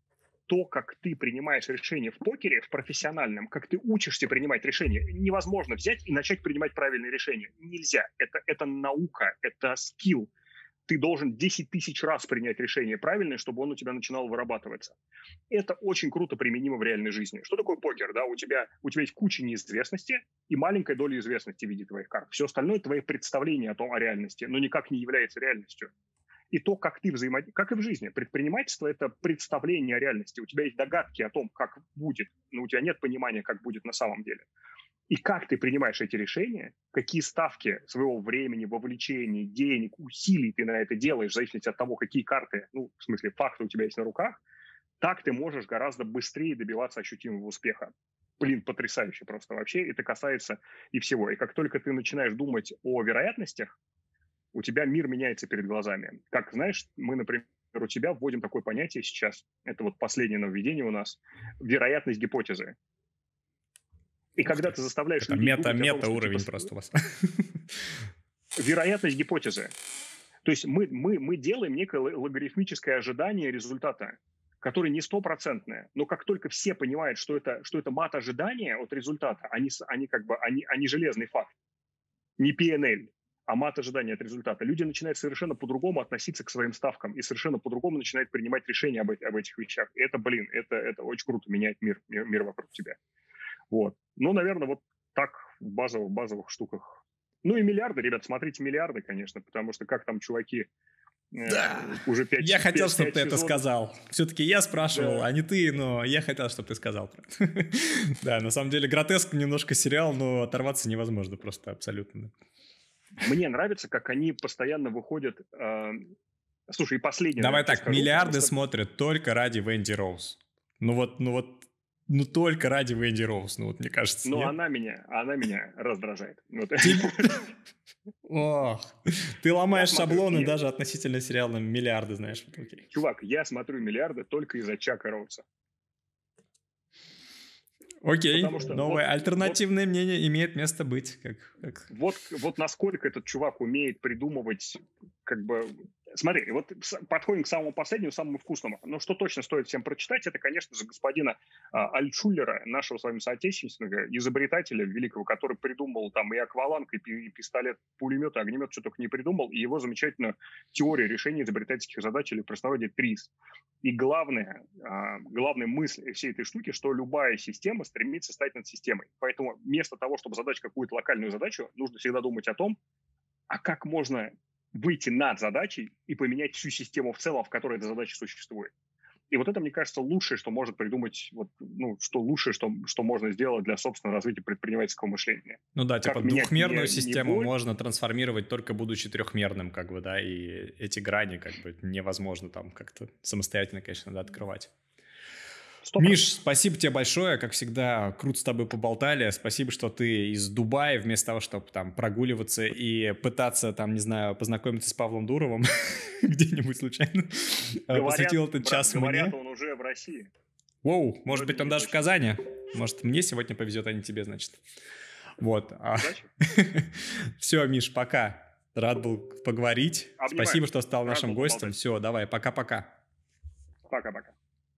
то, как ты принимаешь решения в покере, в профессиональном, как ты учишься принимать решения, невозможно взять и начать принимать правильные решения. Нельзя. Это наука, это скилл. Ты должен 10 тысяч раз принять решение правильное, чтобы он у тебя начинал вырабатываться. Это очень круто применимо в реальной жизни. Что такое покер? Да? У тебя есть куча неизвестности и маленькая доля известности в виде твоих карт. Все остальное – твои представления о реальности, но никак не является реальностью. И то, как ты взаимодействуешь, как и в жизни. Предпринимательство – это представление о реальности. У тебя есть догадки о том, как будет, но у тебя нет понимания, как будет на самом деле. И как ты принимаешь эти решения, какие ставки своего времени, вовлечения, денег, усилий ты на это делаешь, в зависимости от того, какие карты, в смысле факты у тебя есть на руках, так ты можешь гораздо быстрее добиваться ощутимого успеха. Блин, потрясающе просто вообще. Это касается и всего. И как только ты начинаешь думать о вероятностях, у тебя мир меняется перед глазами. Как, знаешь, мы, например, у тебя вводим такое понятие сейчас, это вот последнее нововведение у нас, вероятность гипотезы. И когда ты заставляешь людей думать о том, что мета-уровень просто у вас. Вероятность гипотезы. То есть мы делаем некое логарифмическое ожидание результата, которое не стопроцентное, но как только все понимают, что это мат-ожидание от результата, они железный факт, не PNL, а мат-ожидание от результата, люди начинают совершенно по-другому относиться к своим ставкам и совершенно по-другому начинают принимать решения об этих вещах. И это очень круто меняет мир вокруг тебя. Вот. Наверное, вот так в базовых штуках. И миллиарды, ребят, смотрите миллиарды, конечно, потому что как там чуваки уже 5 Я хотел, чтобы ты это сказал. Все-таки я спрашивал, а не ты, но я хотел, чтобы ты сказал. Да, на самом деле гротеск немножко сериал, но оторваться невозможно просто абсолютно. Мне нравится, как они постоянно выходят... Слушай, и последнее... Давай так, миллиарды смотрят только ради Венди Роуз. Только ради Венди Роуз, мне кажется. Она меня раздражает. Ох, ты ломаешь шаблоны даже относительно сериала «Миллиарды», знаешь. Чувак, я смотрю «Миллиарды» только из-за Чака Роуза. Окей, новое альтернативное мнение имеет место быть. Вот насколько этот чувак умеет придумывать, Смотри, вот подходим к самому последнему, самому вкусному. Но что точно стоит всем прочитать, это, конечно же, господина Альтшуллера, нашего с вами соотечественника, изобретателя великого, который придумал там и акваланг, и пистолет, пулемет, и огнемет, что только не придумал, и его замечательную теорию решения изобретательских задач, или в простонародье ТРИЗ. И главная мысль всей этой штуки, что любая система стремится стать над системой. Поэтому вместо того, чтобы задать какую-то локальную задачу, нужно всегда думать о том, а как можно выйти над задачей и поменять всю систему в целом, в которой эта задача существует. И вот это, мне кажется, лучшее, что может придумать, что можно сделать для собственного развития предпринимательского мышления. Двухмерную систему можно трансформировать только будучи трехмерным, и эти грани невозможно там как-то самостоятельно, конечно, надо открывать. 100%. Миш, спасибо тебе большое, как всегда, круто с тобой поболтали, спасибо, что ты из Дубая, вместо того, чтобы там прогуливаться и пытаться там, не знаю, познакомиться с Павлом Дуровым где-нибудь случайно, посвятил этот час мне. Говорят, он уже в России. Воу, может быть, он даже в Казани, может, мне сегодня повезет, а не тебе, значит. Вот. Все, Миш, пока, рад был поговорить, спасибо, что стал нашим гостем, все, давай, пока-пока. Пока-пока.